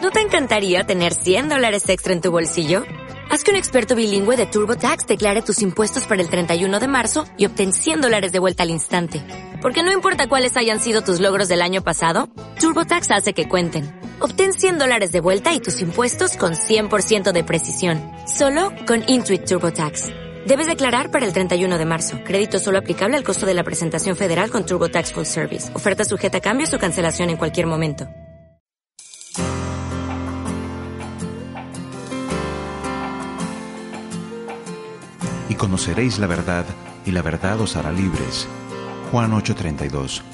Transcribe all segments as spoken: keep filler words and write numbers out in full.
¿No te encantaría tener cien dólares extra en tu bolsillo? Haz que un experto bilingüe de TurboTax declare tus impuestos para el treinta y uno de marzo y obtén cien dólares de vuelta al instante. Porque no importa cuáles hayan sido tus logros del año pasado, TurboTax hace que cuenten. Obtén cien dólares de vuelta y tus impuestos con cien por ciento de precisión. Solo con Intuit TurboTax. Debes declarar para el treinta y uno de marzo. Crédito solo aplicable al costo de la presentación federal con TurboTax Full Service. Oferta sujeta a cambios o cancelación en cualquier momento. Y conoceréis la verdad, y la verdad os hará libres. Juan ocho treinta y dos.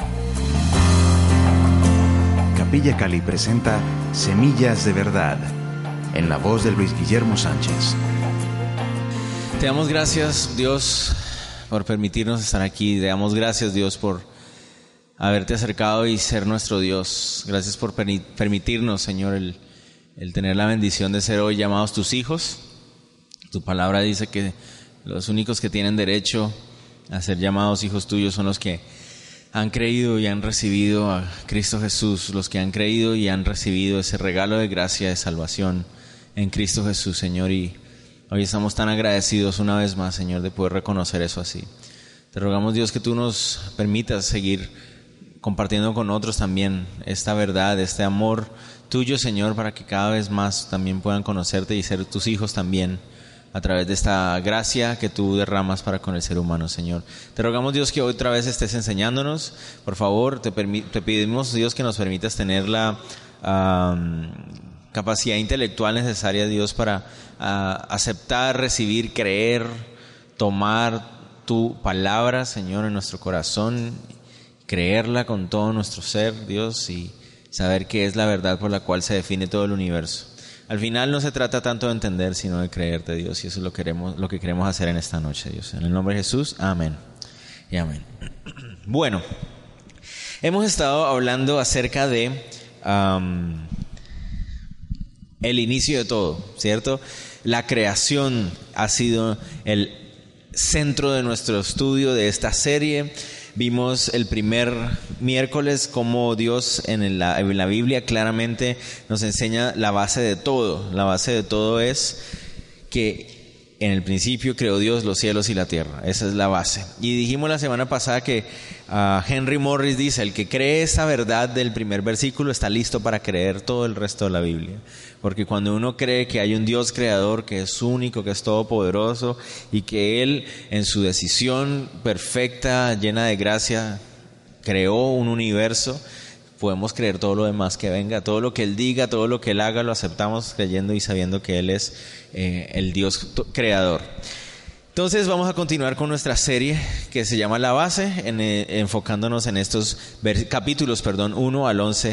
Capilla Cali presenta Semillas de Verdad, en la voz de Luis Guillermo Sánchez. Te damos gracias, Dios, por permitirnos estar aquí. Te damos gracias, Dios, por haberte acercado y ser nuestro Dios. Gracias por permitirnos, Señor, el, el tener la bendición de ser hoy llamados tus hijos. Tu palabra dice que los únicos que tienen derecho a ser llamados hijos tuyos son los que han creído y han recibido a Cristo Jesús, los que han creído y han recibido ese regalo de gracia, de salvación en Cristo Jesús, Señor. Y hoy estamos tan agradecidos una vez más, Señor, de poder reconocer eso así. Te rogamos, Dios, que tú nos permitas seguir compartiendo con otros también esta verdad, este amor tuyo, Señor, para que cada vez más también puedan conocerte y ser tus hijos también, a través de esta gracia que tú derramas para con el ser humano, Señor. Te rogamos, Dios, que otra vez estés enseñándonos. Por favor, te, permi- te pedimos, Dios, que nos permitas tener la um, capacidad intelectual necesaria, Dios, para uh, aceptar, recibir, creer, tomar tu palabra, Señor, en nuestro corazón, creerla con todo nuestro ser, Dios, y saber que es la verdad por la cual se define todo el universo. Al final no se trata tanto de entender, sino de creerte, Dios, y eso es lo, queremos, lo que queremos hacer en esta noche, Dios. En el nombre de Jesús, amén y amén. Bueno, hemos estado hablando acerca de um, el inicio de todo, ¿cierto? La creación ha sido el centro de nuestro estudio de esta serie. Vimos el primer miércoles cómo Dios en la, en la Biblia claramente nos enseña la base de todo. La base de todo es que en el principio creó Dios los cielos y la tierra. Esa es la base. Y dijimos la semana pasada que uh, Henry Morris dice, el que cree esa verdad del primer versículo está listo para creer todo el resto de la Biblia. Porque cuando uno cree que hay un Dios creador que es único, que es todopoderoso y que Él en su decisión perfecta, llena de gracia, creó un universo, podemos creer todo lo demás que venga, todo lo que Él diga, todo lo que Él haga, lo aceptamos creyendo y sabiendo que Él es eh, el Dios creador. Entonces vamos a continuar con nuestra serie que se llama La Base, en, eh, enfocándonos en estos vers- capítulos, perdón, uno al once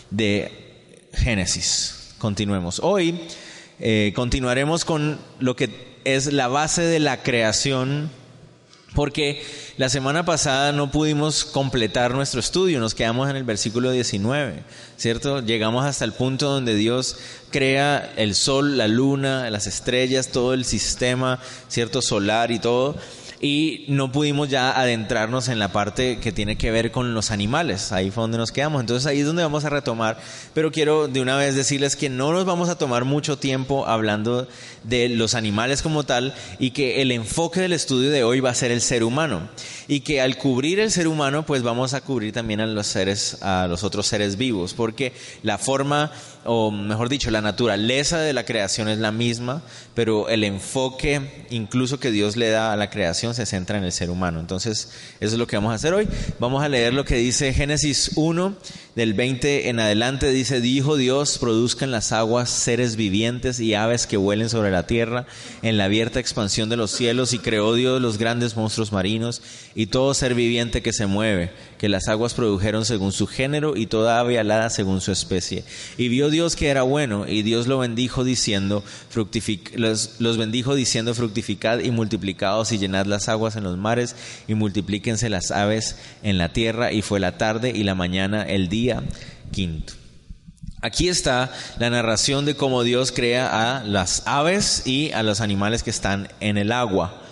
de Génesis. Continuemos. Hoy eh, continuaremos con lo que es la base de la creación, porque la semana pasada no pudimos completar nuestro estudio, nos quedamos en el versículo diecinueve, ¿cierto? Llegamos hasta el punto donde Dios crea el sol, la luna, las estrellas, todo el sistema, ¿cierto? Solar y todo. Y no pudimos ya adentrarnos en la parte que tiene que ver con los animales. Ahí fue donde nos quedamos. Entonces ahí es donde vamos a retomar. Pero quiero de una vez decirles que no nos vamos a tomar mucho tiempo hablando de los animales como tal, y que el enfoque del estudio de hoy va a ser el ser humano. Y que al cubrir el ser humano, pues vamos a cubrir también a los seres, a los otros seres vivos. Porque la forma, o mejor dicho, la naturaleza de la creación es la misma, pero el enfoque incluso que Dios le da a la creación se centra en el ser humano. Entonces eso es lo que vamos a hacer hoy. Vamos a leer lo que dice Génesis uno del veinte en adelante. Dice: dijo Dios, produzcan las aguas seres vivientes y aves que vuelen sobre la tierra en la abierta expansión de los cielos, y creó Dios los grandes monstruos marinos y todo ser viviente que se mueve, que las aguas produjeron según su género, y toda ave alada según su especie. Y vio Dios que era bueno, y Dios lo bendijo diciendo, fructific- los, los bendijo diciendo, fructificad y multiplicaos y llenad las aguas en los mares y multiplíquense las aves en la tierra. Y fue la tarde y la mañana el día quinto. Aquí está la narración de cómo Dios crea a las aves y a los animales que están en el agua,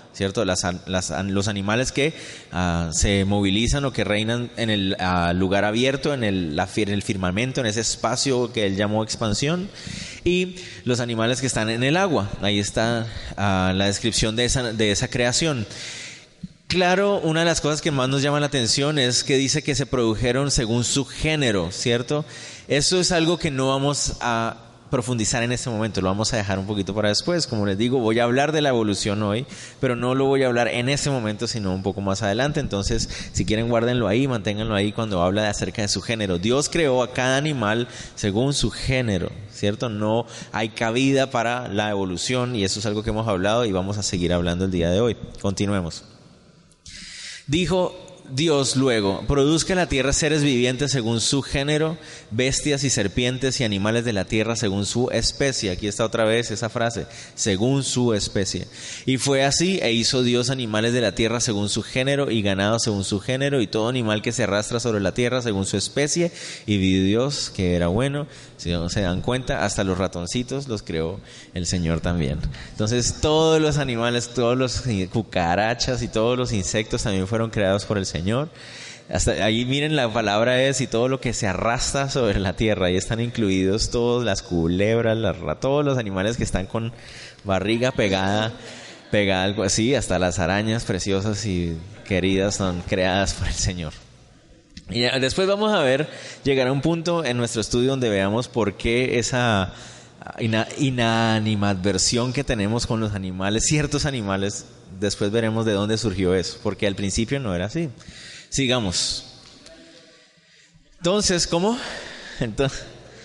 ¿cierto? Las, las, los animales que uh, se movilizan o que reinan en el uh, lugar abierto, en el, la, en el firmamento, en ese espacio que él llamó expansión, y los animales que están en el agua. Ahí está uh, la descripción de esa, de esa creación. Claro, una de las cosas que más nos llama la atención es que dice que se produjeron según su género, ¿cierto? Eso es algo que no vamos a profundizar en este momento, lo vamos a dejar un poquito para después. Como les digo, voy a hablar de la evolución hoy, pero no lo voy a hablar en este momento, sino un poco más adelante. Entonces, si quieren, guárdenlo ahí, manténganlo ahí cuando habla de acerca de su género. Dios creó a cada animal según su género, ¿cierto? No hay cabida para la evolución, y eso es algo que hemos hablado y vamos a seguir hablando el día de hoy. Continuemos. Dijo Dios luego: produzca la tierra seres vivientes según su género, bestias y serpientes y animales de la tierra según su especie. Aquí está otra vez esa frase, según su especie. Y fue así, e hizo Dios animales de la tierra según su género, y ganado según su género, y todo animal que se arrastra sobre la tierra según su especie. Y vio Dios que era bueno. Si no se dan cuenta, hasta los ratoncitos los creó el Señor también. Entonces todos los animales, todos los cucarachas y todos los insectos también fueron creados por el Señor. Hasta ahí miren, la palabra es: y todo lo que se arrastra sobre la tierra. Ahí están incluidos todas las culebras, las, todos los animales que están con barriga pegada, pegada algo así, hasta las arañas preciosas y queridas son creadas por el Señor. Y después vamos a ver, llegar a un punto en nuestro estudio donde veamos por qué esa ina, inanimadversión que tenemos con los animales, ciertos animales. Después veremos de dónde surgió eso, porque al principio no era así. Sigamos. Entonces, ¿cómo? Entonces,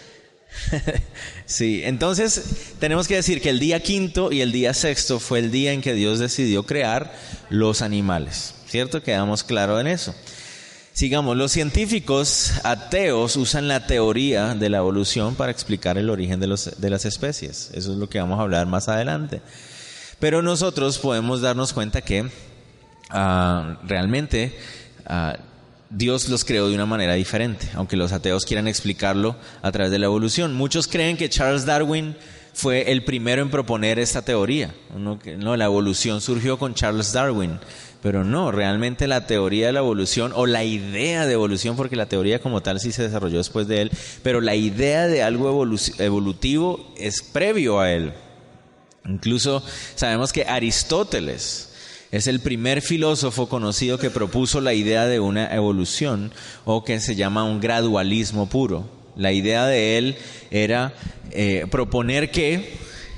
sí, entonces tenemos que decir que el día quinto y el día sexto fue el día en que Dios decidió crear los animales, ¿cierto? Quedamos claros en eso. Sigamos, los científicos ateos usan la teoría de la evolución para explicar el origen de, los, de las especies. Eso es lo que vamos a hablar más adelante. Pero nosotros podemos darnos cuenta que uh, realmente uh, Dios los creó de una manera diferente, aunque los ateos quieran explicarlo a través de la evolución. Muchos creen que Charles Darwin fue el primero en proponer esta teoría. No, no, la evolución surgió con Charles Darwin. Pero no, realmente la teoría de la evolución, o la idea de evolución, porque la teoría como tal sí se desarrolló después de él, pero la idea de algo evolu- evolutivo es previo a él. Incluso sabemos que Aristóteles es el primer filósofo conocido que propuso la idea de una evolución, o que se llama un gradualismo puro. La idea de él era eh, proponer que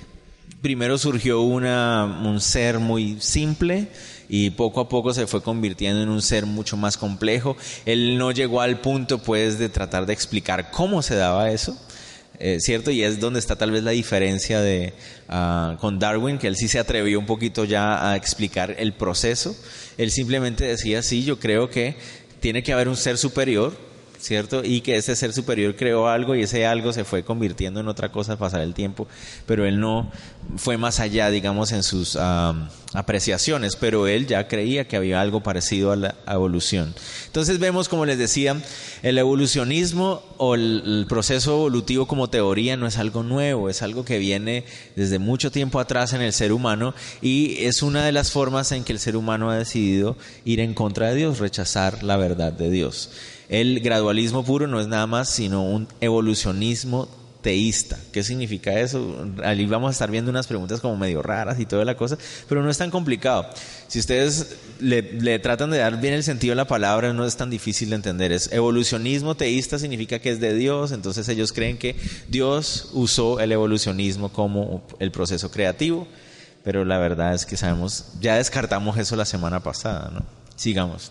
primero surgió una, un ser muy simple, y poco a poco se fue convirtiendo en un ser mucho más complejo. Él no llegó al punto, pues, de tratar de explicar cómo se daba eso, eh, ¿cierto? Y es donde está tal vez la diferencia de uh, con Darwin, que él sí se atrevió un poquito ya a explicar el proceso. Él simplemente decía: sí, yo creo que tiene que haber un ser superior, ¿cierto? Y que ese ser superior creó algo, y ese algo se fue convirtiendo en otra cosa al pasar el tiempo, pero él no fue más allá, digamos, en sus um, apreciaciones, pero él ya creía que había algo parecido a la evolución. Entonces vemos, como les decía, el evolucionismo o el, el proceso evolutivo como teoría no es algo nuevo, es algo que viene desde mucho tiempo atrás en el ser humano, y es una de las formas en que el ser humano ha decidido ir en contra de Dios, rechazar la verdad de Dios. El gradualismo puro no es nada más sino un evolucionismo teísta. ¿Qué significa eso? Ahí vamos a estar viendo unas preguntas como medio raras y toda la cosa, pero no es tan complicado. Si ustedes le, le tratan de dar bien el sentido a la palabra, no es tan difícil de entender. Es evolucionismo teísta, significa que es de Dios. Entonces ellos creen que Dios usó el evolucionismo como el proceso creativo, pero la verdad es que sabemos, ya descartamos eso la semana pasada, ¿no? Sigamos.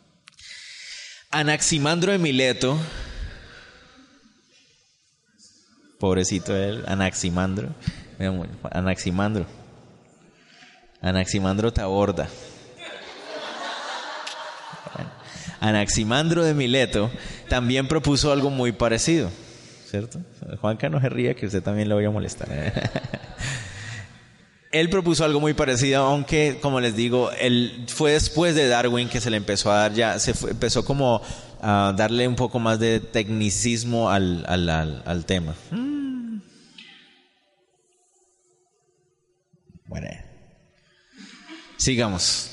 Anaximandro de Mileto, pobrecito él, Anaximandro, Anaximandro, Anaximandro te aborda. Anaximandro de Mileto también propuso algo muy parecido, ¿cierto? Juanca, no se ría, que usted también le voy a molestar. Él propuso algo muy parecido, aunque, como les digo, él fue después de Darwin que se le empezó a dar ya, se fue, empezó como a darle un poco más de tecnicismo al, al, al, al tema. Hmm. Bueno. Sigamos.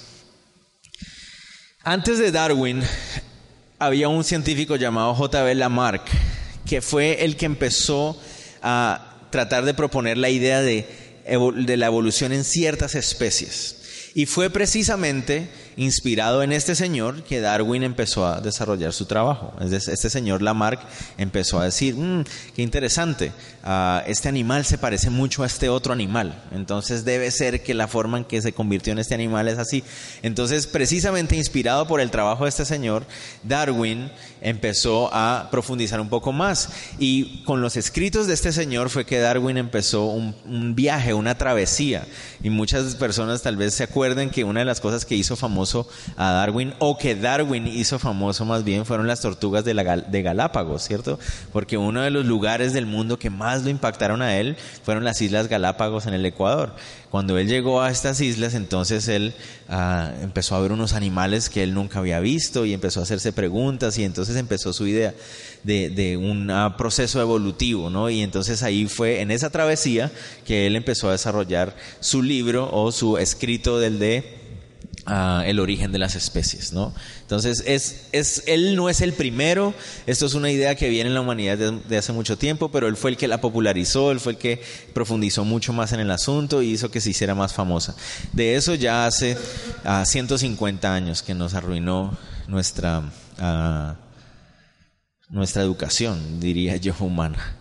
Antes de Darwin, había un científico llamado J B Lamarck, que fue el que empezó a tratar de proponer la idea de, de la evolución en ciertas especies. Y fue precisamente inspirado en este señor que Darwin empezó a desarrollar su trabajo. Este señor Lamarck empezó a decir, mmm, qué interesante, uh, este animal se parece mucho a este otro animal, entonces debe ser que la forma en que se convirtió en este animal es así. Entonces, precisamente inspirado por el trabajo de este señor, Darwin empezó a profundizar un poco más. Y con los escritos de este señor fue que Darwin empezó un, un viaje, una travesía. Y muchas personas tal vez se acuerden que una de las cosas que hizo famoso a Darwin, o que Darwin hizo famoso más bien, fueron las tortugas de, la Gal- de Galápagos, ¿cierto? Porque uno de los lugares del mundo que más lo impactaron a él fueron las Islas Galápagos en el Ecuador. Cuando él llegó a estas islas, entonces él uh, empezó a ver unos animales que él nunca había visto y empezó a hacerse preguntas, y entonces empezó su idea de, de un uh, proceso evolutivo, ¿no? Y entonces ahí fue en esa travesía que él empezó a desarrollar su libro o su escrito del de Uh, el origen de las especies, ¿no? Entonces, es, es, él no es el primero. Esto es una idea que viene en la humanidad de, de hace mucho tiempo, pero él fue el que la popularizó, él fue el que profundizó mucho más en el asunto y hizo que se hiciera más famosa. De eso ya hace uh, ciento cincuenta años que nos arruinó nuestra, uh, nuestra educación, diría yo, humana.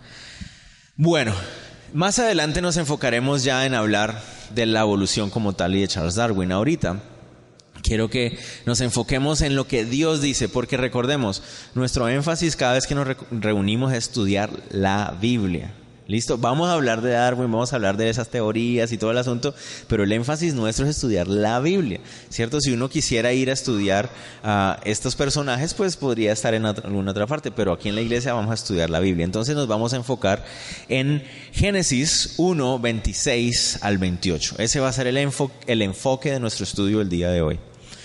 Bueno, más adelante nos enfocaremos ya en hablar de la evolución como tal y de Charles Darwin. Ahorita quiero que nos enfoquemos en lo que Dios dice, porque recordemos, nuestro énfasis cada vez que nos re- reunimos es estudiar la Biblia. ¿Listo? Vamos a hablar de Darwin, vamos a hablar de esas teorías y todo el asunto, pero el énfasis nuestro es estudiar la Biblia, ¿cierto? Si uno quisiera ir a estudiar a uh, estos personajes, pues podría estar en otra, alguna otra parte, pero aquí en la iglesia vamos a estudiar la Biblia. Entonces nos vamos a enfocar en Génesis uno, veintiséis al veintiocho. Ese va a ser el, enfo- el enfoque de nuestro estudio el día de hoy.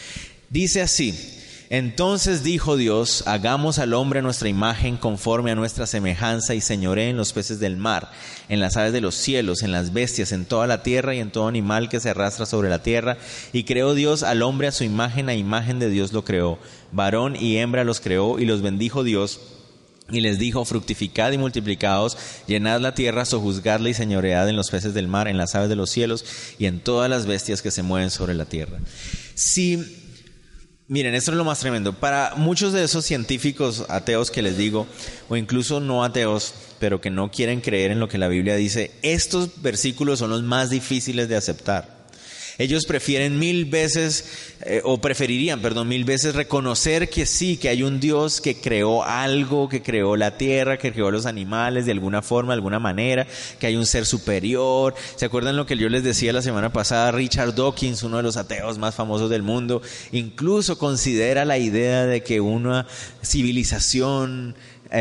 Dice así: entonces dijo Dios, hagamos al hombre a nuestra imagen, conforme a nuestra semejanza, y señoree en los peces del mar, en las aves de los cielos, en las bestias, en toda la tierra y en todo animal que se arrastra sobre la tierra. Y creó Dios al hombre a su imagen, a imagen de Dios lo creó, varón y hembra los creó, y los bendijo Dios. Y les dijo, fructificad y multiplicaos, llenad la tierra, sojuzgadla y señoread en los peces del mar, en las aves de los cielos y en todas las bestias que se mueven sobre la tierra. Si... Miren, esto es lo más tremendo. Para muchos de esos científicos ateos que les digo, o incluso no ateos, pero que no quieren creer en lo que la Biblia dice, estos versículos son los más difíciles de aceptar. Ellos prefieren mil veces, eh, o preferirían, perdón, mil veces reconocer que sí, que hay un Dios que creó algo, que creó la tierra, que creó los animales de alguna forma, de alguna manera, que hay un ser superior. ¿Se acuerdan lo que yo les decía la semana pasada? Richard Dawkins, uno de los ateos más famosos del mundo, incluso considera la idea de que una civilización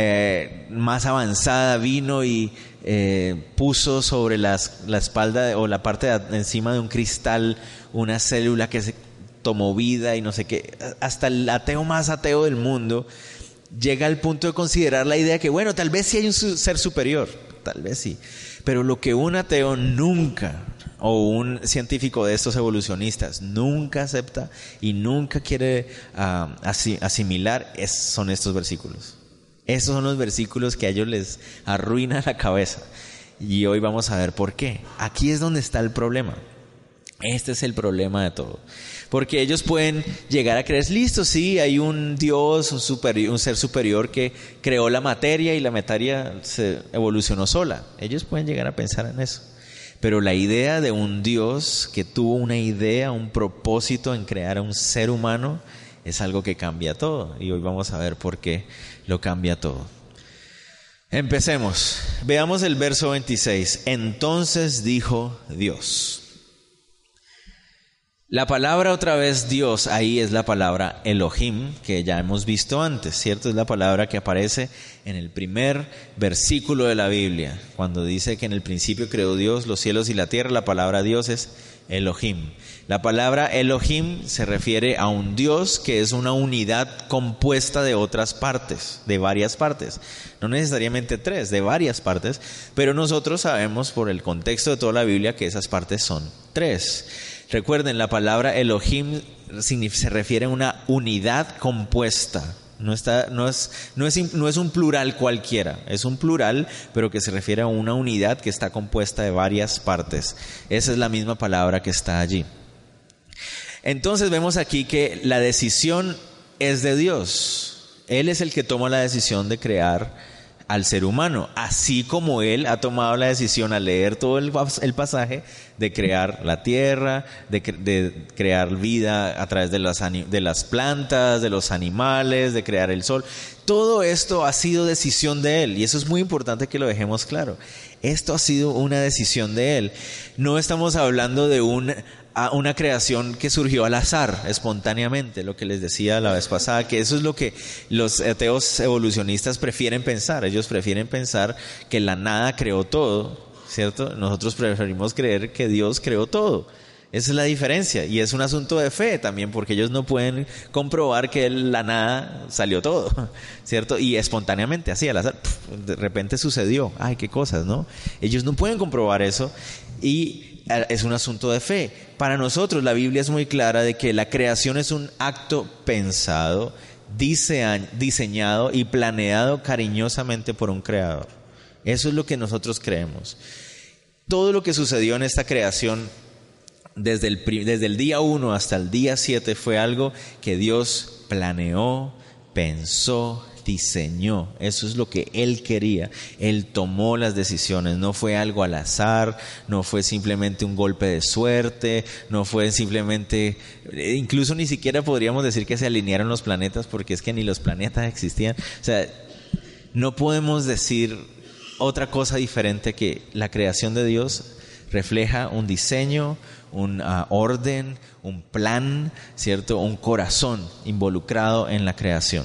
eh, más avanzada vino y Eh, puso sobre las, la espalda de, o la parte de encima de un cristal una célula que se tomó vida y no sé qué. Hasta el ateo más ateo del mundo llega al punto de considerar la idea que, bueno, tal vez sí hay un ser superior, tal vez sí, pero lo que un ateo nunca, o un científico de estos evolucionistas nunca acepta y nunca quiere uh, asimilar es, son estos versículos. Estos son los versículos que a ellos les arruinan la cabeza. Y hoy vamos a ver por qué. Aquí es donde está el problema. Este es el problema de todo. Porque ellos pueden llegar a creer, listo, sí, hay un Dios, un, superior, un ser superior que creó la materia y la materia se evolucionó sola. Ellos pueden llegar a pensar en eso. Pero la idea de un Dios que tuvo una idea, un propósito en crear a un ser humano, es algo que cambia todo. Y hoy vamos a ver por qué lo cambia todo. Empecemos. Veamos el verso veintiséis. Entonces dijo Dios. La palabra otra vez Dios, ahí es la palabra Elohim, que ya hemos visto antes, ¿cierto? Es la palabra que aparece en el primer versículo de la Biblia. Cuando dice que en el principio creó Dios los cielos y la tierra, la palabra Dios es Elohim. La palabra Elohim se refiere a un Dios que es una unidad compuesta de otras partes, de varias partes. No necesariamente tres, de varias partes, pero nosotros sabemos por el contexto de toda la Biblia que esas partes son tres. Recuerden, la palabra Elohim se refiere a una unidad compuesta. No, está, no, es, no, es, no es un plural cualquiera, es un plural, pero que se refiere a una unidad que está compuesta de varias partes. Esa es la misma palabra que está allí. Entonces vemos aquí que la decisión es de Dios. Él es el que toma la decisión de crear al ser humano, así como Él ha tomado la decisión al leer todo el, el pasaje de crear la tierra, de, de crear vida a través de las, de las plantas, de los animales, de crear el sol. Todo esto ha sido decisión de Él, y eso es muy importante que lo dejemos claro. Esto ha sido una decisión de Él. No estamos hablando de un... a una creación que surgió al azar, espontáneamente, lo que les decía la vez pasada, que eso es lo que los ateos evolucionistas prefieren pensar. Ellos prefieren pensar que la nada creó todo, ¿cierto? Nosotros preferimos creer que Dios creó todo. Esa es la diferencia, y es un asunto de fe también, porque ellos no pueden comprobar que la nada salió todo, ¿cierto? Y espontáneamente, así al azar, de repente sucedió. Ay, qué cosas, ¿no? Ellos no pueden comprobar eso, y es un asunto de fe. Para nosotros la Biblia es muy clara de que la creación es un acto pensado, diseñado y planeado cariñosamente por un creador. Eso es lo que nosotros creemos. Todo lo que sucedió en esta creación desde el, desde el día uno hasta el día siete fue algo que Dios planeó, pensó, diseñó. Eso es lo que Él quería. Él tomó las decisiones. No fue algo al azar, no fue simplemente un golpe de suerte, no fue simplemente, incluso ni siquiera podríamos decir que se alinearon los planetas, porque es que ni los planetas existían. O sea, no podemos decir otra cosa diferente que la creación de Dios refleja un diseño, un uh, orden, un plan, ¿cierto? Un corazón involucrado en la creación.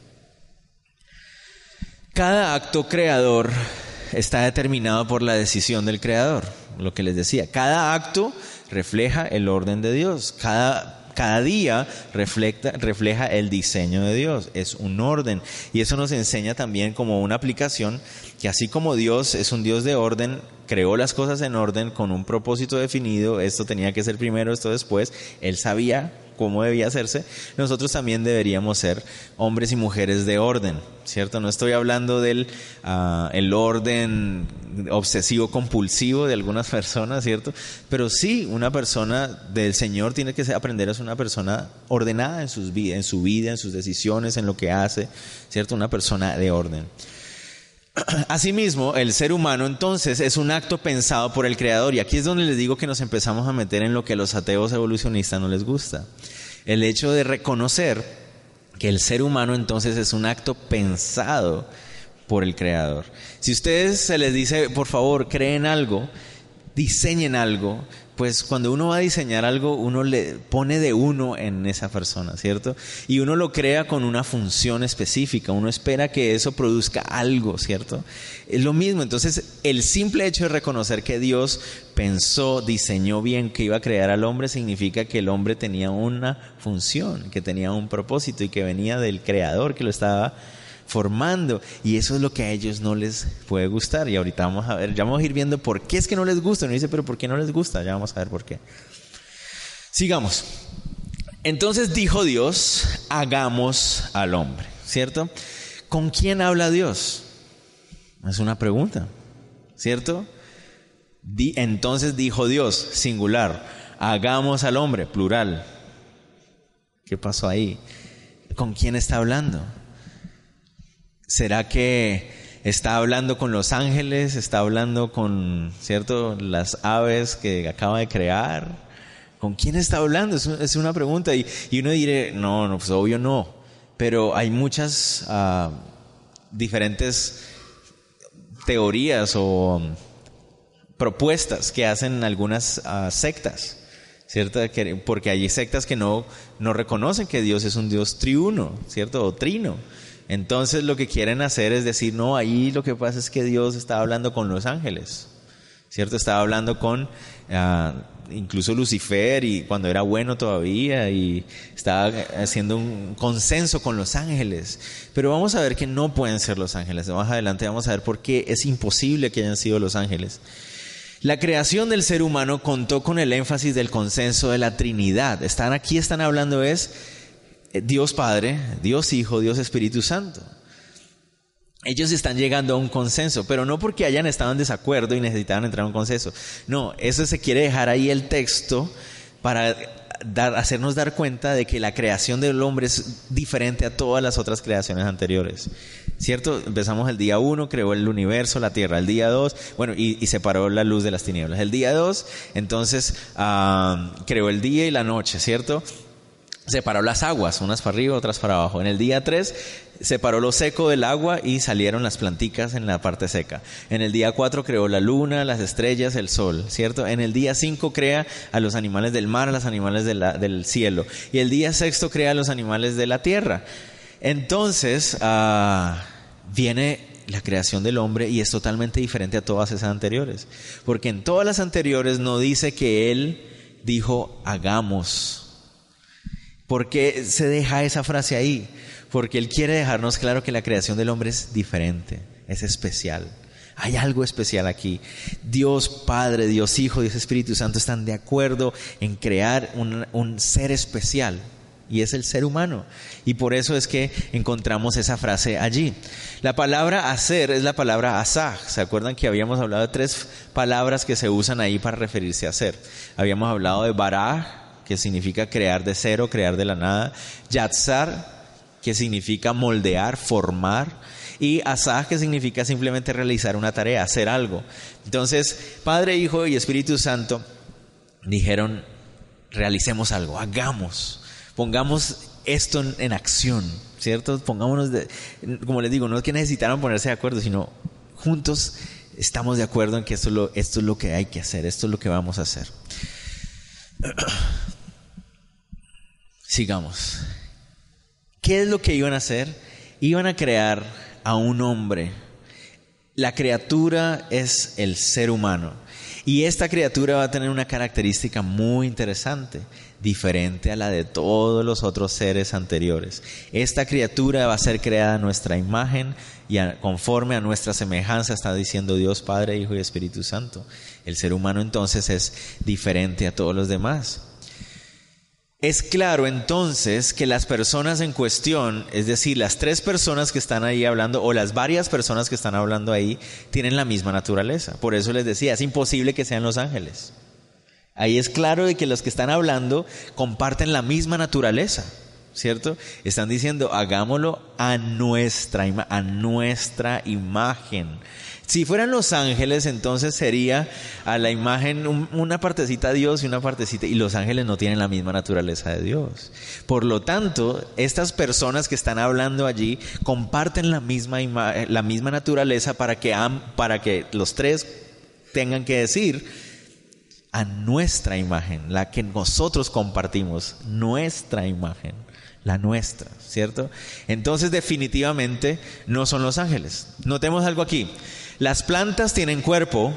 Cada acto creador está determinado por la decisión del creador, lo que les decía. Cada acto refleja el orden de Dios. Cada, cada día refleja, refleja el diseño de Dios. Es un orden. Y eso nos enseña también como una aplicación que así como Dios es un Dios de orden, creó las cosas en orden con un propósito definido. Esto tenía que ser primero, esto después. Él sabía cómo debía hacerse. Nosotros también deberíamos ser hombres y mujeres de orden, ¿cierto? No estoy hablando del uh, el orden obsesivo compulsivo de algunas personas, ¿cierto? Pero sí, una persona del Señor tiene que aprender a ser una persona ordenada en sus vidas, en su vida, en sus decisiones, en lo que hace, ¿cierto? Una persona de orden. Asimismo, el ser humano entonces es un acto pensado por el Creador, y aquí es donde les digo que nos empezamos a meter en lo que a los ateos evolucionistas no les gusta. El hecho de reconocer que el ser humano entonces es un acto pensado por el Creador. Si ustedes se les dice, por favor, creen algo, diseñen algo, pues cuando uno va a diseñar algo, uno le pone de uno en esa persona, ¿cierto? Y uno lo crea con una función específica, uno espera que eso produzca algo, ¿cierto? Es lo mismo. Entonces, el simple hecho de reconocer que Dios pensó, diseñó bien que iba a crear al hombre, significa que el hombre tenía una función, que tenía un propósito y que venía del Creador que lo estaba formando, y eso es lo que a ellos no les puede gustar. Y ahorita vamos a ver, ya vamos a ir viendo por qué es que no les gusta. Uno dice, pero ¿por qué no les gusta? Ya vamos a ver por qué. Sigamos. Entonces dijo Dios, hagamos al hombre, ¿cierto? ¿Con quién habla Dios? Es una pregunta, ¿cierto? Di, entonces dijo Dios, singular, hagamos al hombre, plural. ¿Qué pasó ahí? ¿Con quién está hablando? ¿Será que está hablando con los ángeles? ¿Está hablando con, cierto, las aves que acaba de crear? ¿Con quién está hablando? Es, es una pregunta. Y, y uno dirá, no, no, pues obvio no. Pero hay muchas uh, diferentes teorías o um, propuestas que hacen algunas uh, sectas, ¿cierto? Que, porque hay sectas que no, no reconocen que Dios es un Dios triuno, ¿cierto? O trino. Entonces lo que quieren hacer es decir, no, ahí lo que pasa es que Dios estaba hablando con los ángeles, ¿cierto? Estaba hablando con uh, incluso Lucifer, y cuando era bueno todavía, y estaba haciendo un consenso con los ángeles. Pero vamos a ver que no pueden ser los ángeles. Más adelante vamos a ver por qué es imposible que hayan sido los ángeles. La creación del ser humano contó con el énfasis del consenso de la Trinidad. Están aquí, están hablando es Dios Padre, Dios Hijo, Dios Espíritu Santo. Ellos están llegando a un consenso, pero no porque hayan estado en desacuerdo y necesitaban entrar a un consenso. No, eso se quiere dejar ahí el texto para dar, hacernos dar cuenta de que la creación del hombre es diferente a todas las otras creaciones anteriores. ¿Cierto? Empezamos el día uno, creó el universo, la tierra. El día dos, bueno, y, y separó la luz de las tinieblas. El día dos, entonces, uh, creó el día y la noche, ¿cierto? Separó las aguas, unas para arriba, otras para abajo. En el día tres, separó lo seco del agua y salieron las planticas en la parte seca. En el día cuatro creó la luna, las estrellas, el sol, ¿cierto? En el día cinco crea a los animales del mar, a los animales de la, del cielo. Y el día sexto crea a los animales de la tierra. Entonces, uh, viene la creación del hombre y es totalmente diferente a todas esas anteriores. Porque en todas las anteriores no dice que él dijo, hagamos. ¿Por qué se deja esa frase ahí? Porque Él quiere dejarnos claro que la creación del hombre es diferente, es especial. Hay algo especial aquí. Dios Padre, Dios Hijo, Dios Espíritu Santo están de acuerdo en crear un, un ser especial. Y es el ser humano. Y por eso es que encontramos esa frase allí. La palabra hacer es la palabra asaj. ¿Se acuerdan que habíamos hablado de tres palabras que se usan ahí para referirse a hacer? Habíamos hablado de bará, que significa crear de cero, crear de la nada. Yatzar, que significa moldear, formar. Y asaj, que significa simplemente realizar una tarea, hacer algo. Entonces, Padre, Hijo y Espíritu Santo dijeron, realicemos algo, hagamos, pongamos esto en, en acción, ¿cierto? Pongámonos, de, como les digo, no es que necesitaran ponerse de acuerdo, sino juntos estamos de acuerdo en que esto es lo, esto es lo que hay que hacer, esto es lo que vamos a hacer. Sigamos. ¿Qué es lo que iban a hacer? Iban a crear a un hombre. La criatura es el ser humano. Y esta criatura va a tener una característica muy interesante, diferente a la de todos los otros seres anteriores. Esta criatura va a ser creada a nuestra imagen y a, conforme a nuestra semejanza, está diciendo Dios Padre, Hijo y Espíritu Santo. El ser humano entonces es diferente a todos los demás. Es claro entonces que las personas en cuestión, es decir, las tres personas que están ahí hablando o las varias personas que están hablando ahí, tienen la misma naturaleza. Por eso les decía, es imposible que sean los ángeles. Ahí es claro de que los que están hablando comparten la misma naturaleza, ¿cierto? Están diciendo, hagámoslo a nuestra, ima- a nuestra imagen. Si fueran los ángeles, entonces sería a la imagen un, una partecita Dios y una partecita, y los ángeles no tienen la misma naturaleza de Dios. Por lo tanto, estas personas que están hablando allí comparten la misma ima- la misma naturaleza para que am- para que los tres tengan que decir a nuestra imagen, la que nosotros compartimos, nuestra imagen, la nuestra, ¿cierto? Entonces definitivamente no son los ángeles. Notemos algo aquí. Las plantas tienen cuerpo,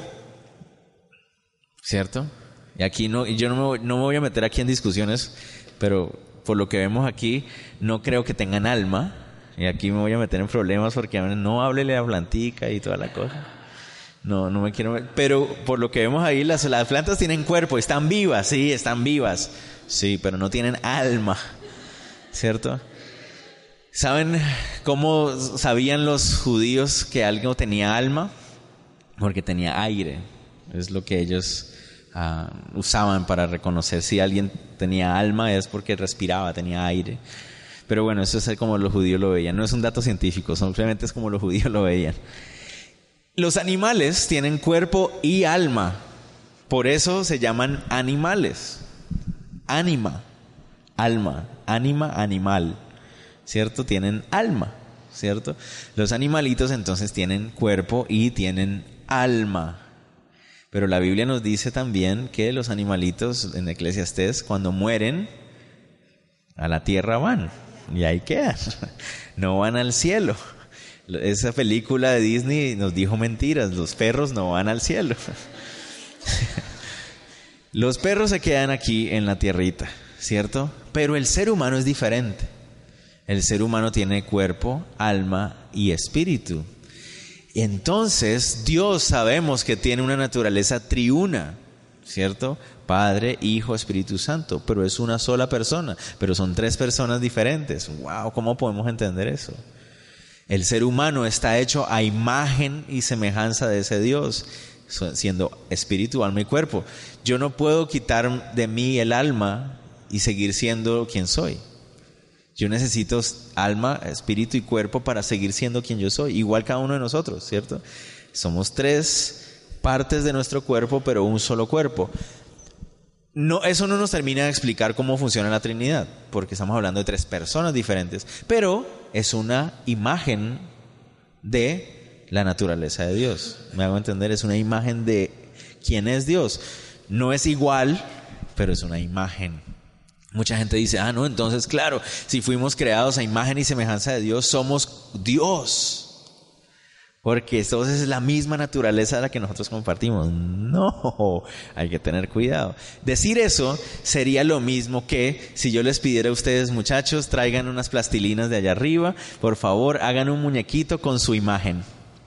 ¿cierto? Y aquí no, y yo no me, voy, no me voy a meter aquí en discusiones, pero por lo que vemos aquí, no creo que tengan alma. Y aquí me voy a meter en problemas porque no háblele a plantica y toda la cosa. No, no me quiero meter. Pero por lo que vemos ahí, las, las plantas tienen cuerpo, están vivas, sí, están vivas. Sí, pero no tienen alma, ¿cierto? ¿Saben cómo sabían los judíos que algo tenía alma? Porque tenía aire. Es lo que ellos uh, usaban para reconocer si alguien tenía alma, es porque respiraba, tenía aire. Pero bueno, eso es como los judíos lo veían. No es un dato científico, simplemente es como los judíos lo veían. Los animales tienen cuerpo y alma. Por eso se llaman animales. Ánima, alma, ánima, animal. ¿Cierto? Tienen alma, ¿cierto? Los animalitos entonces tienen cuerpo y tienen alma. Pero la Biblia nos dice también que los animalitos en Eclesiastés, cuando mueren, a la tierra van. Y ahí quedan. No van al cielo. Esa película de Disney nos dijo mentiras. Los perros no van al cielo. Los perros se quedan aquí en la tierrita, ¿cierto? Pero el ser humano es diferente. El ser humano tiene cuerpo, alma y espíritu. Entonces, Dios sabemos que tiene una naturaleza triuna, ¿cierto? Padre, Hijo, Espíritu Santo, pero es una sola persona, pero son tres personas diferentes. ¡Wow! ¿Cómo podemos entender eso? El ser humano está hecho a imagen y semejanza de ese Dios, siendo espíritu, alma y cuerpo. Yo no puedo quitar de mí el alma y seguir siendo quien soy. Yo necesito alma, espíritu y cuerpo para seguir siendo quien yo soy, igual cada uno de nosotros, ¿cierto? Somos tres partes de nuestro cuerpo, pero un solo cuerpo. No, eso no nos termina de explicar cómo funciona la Trinidad, porque estamos hablando de tres personas diferentes, pero es una imagen de la naturaleza de Dios. ¿Me hago entender? Es una imagen de quién es Dios. No es igual, pero es una imagen. Mucha gente dice, ah, no, entonces claro, si fuimos creados a imagen y semejanza de Dios, somos Dios. Porque entonces es la misma naturaleza de la que nosotros compartimos. No, hay que tener cuidado. Decir eso sería lo mismo que si yo les pidiera a ustedes, muchachos, traigan unas plastilinas de allá arriba, por favor, hagan un muñequito con su imagen.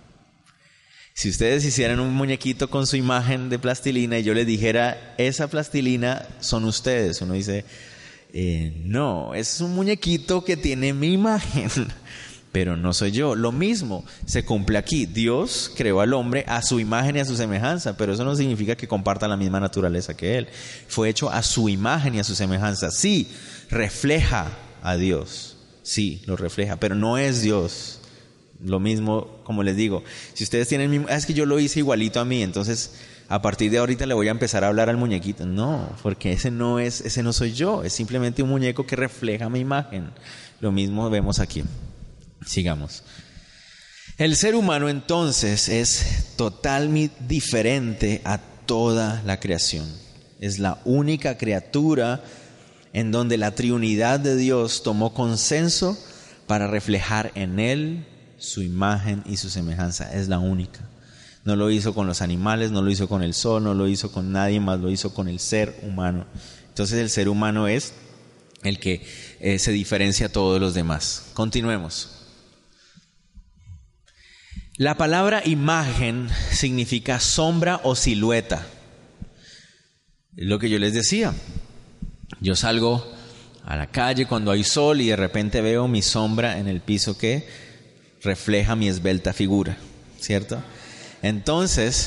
Si ustedes hicieran un muñequito con su imagen de plastilina y yo les dijera, esa plastilina son ustedes, uno dice, eh, no, es un muñequito que tiene mi imagen. Pero no soy yo. Lo mismo se cumple aquí. Dios creó al hombre a su imagen y a su semejanza, pero eso no significa que comparta la misma naturaleza que él. Fue hecho a su imagen y a su semejanza. Sí, refleja a Dios. Sí, lo refleja, pero no es Dios. Lo mismo, como les digo, si ustedes tienen el mismo, ah, es que yo lo hice igualito a mí, entonces a partir de ahorita le voy a empezar a hablar al muñequito. No, porque ese no es, ese no soy yo. Es simplemente un muñeco que refleja mi imagen. Lo mismo vemos aquí. Sigamos. El ser humano entonces es totalmente diferente a toda la creación. Es la única criatura en donde la triunidad de Dios tomó consenso para reflejar en él su imagen y su semejanza. Es la única. No lo hizo con los animales, no lo hizo con el sol, no lo hizo con nadie más, lo hizo con el ser humano. Entonces el ser humano es el que eh, se diferencia a todos los demás. Continuemos. La palabra imagen significa sombra o silueta. Es lo que yo les decía. Yo salgo a la calle cuando hay sol y de repente veo mi sombra en el piso que refleja mi esbelta figura, ¿cierto? Entonces,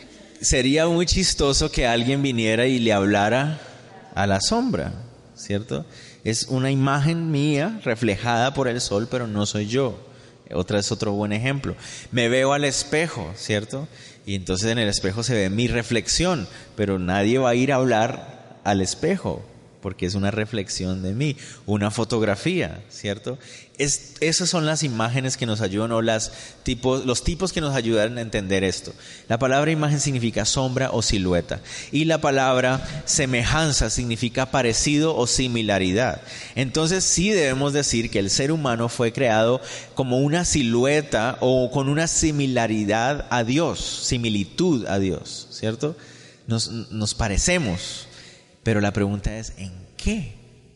sería muy chistoso que alguien viniera y le hablara a la sombra, ¿cierto? Es una imagen mía reflejada por el sol, pero no soy yo. Otra es otro buen ejemplo. Me veo al espejo, ¿cierto? Y entonces en el espejo se ve mi reflexión, pero nadie va a ir a hablar al espejo, porque es una reflexión de mí, una fotografía, ¿cierto? Es, esas son las imágenes que nos ayudan, o las tipos, los tipos que nos ayudan a entender esto. La palabra imagen significa sombra o silueta, y la palabra semejanza significa parecido o similaridad. Entonces sí debemos decir que el ser humano fue creado como una silueta o con una similaridad a Dios, similitud a Dios, ¿cierto? Nos, nos parecemos, pero la pregunta es, ¿en qué?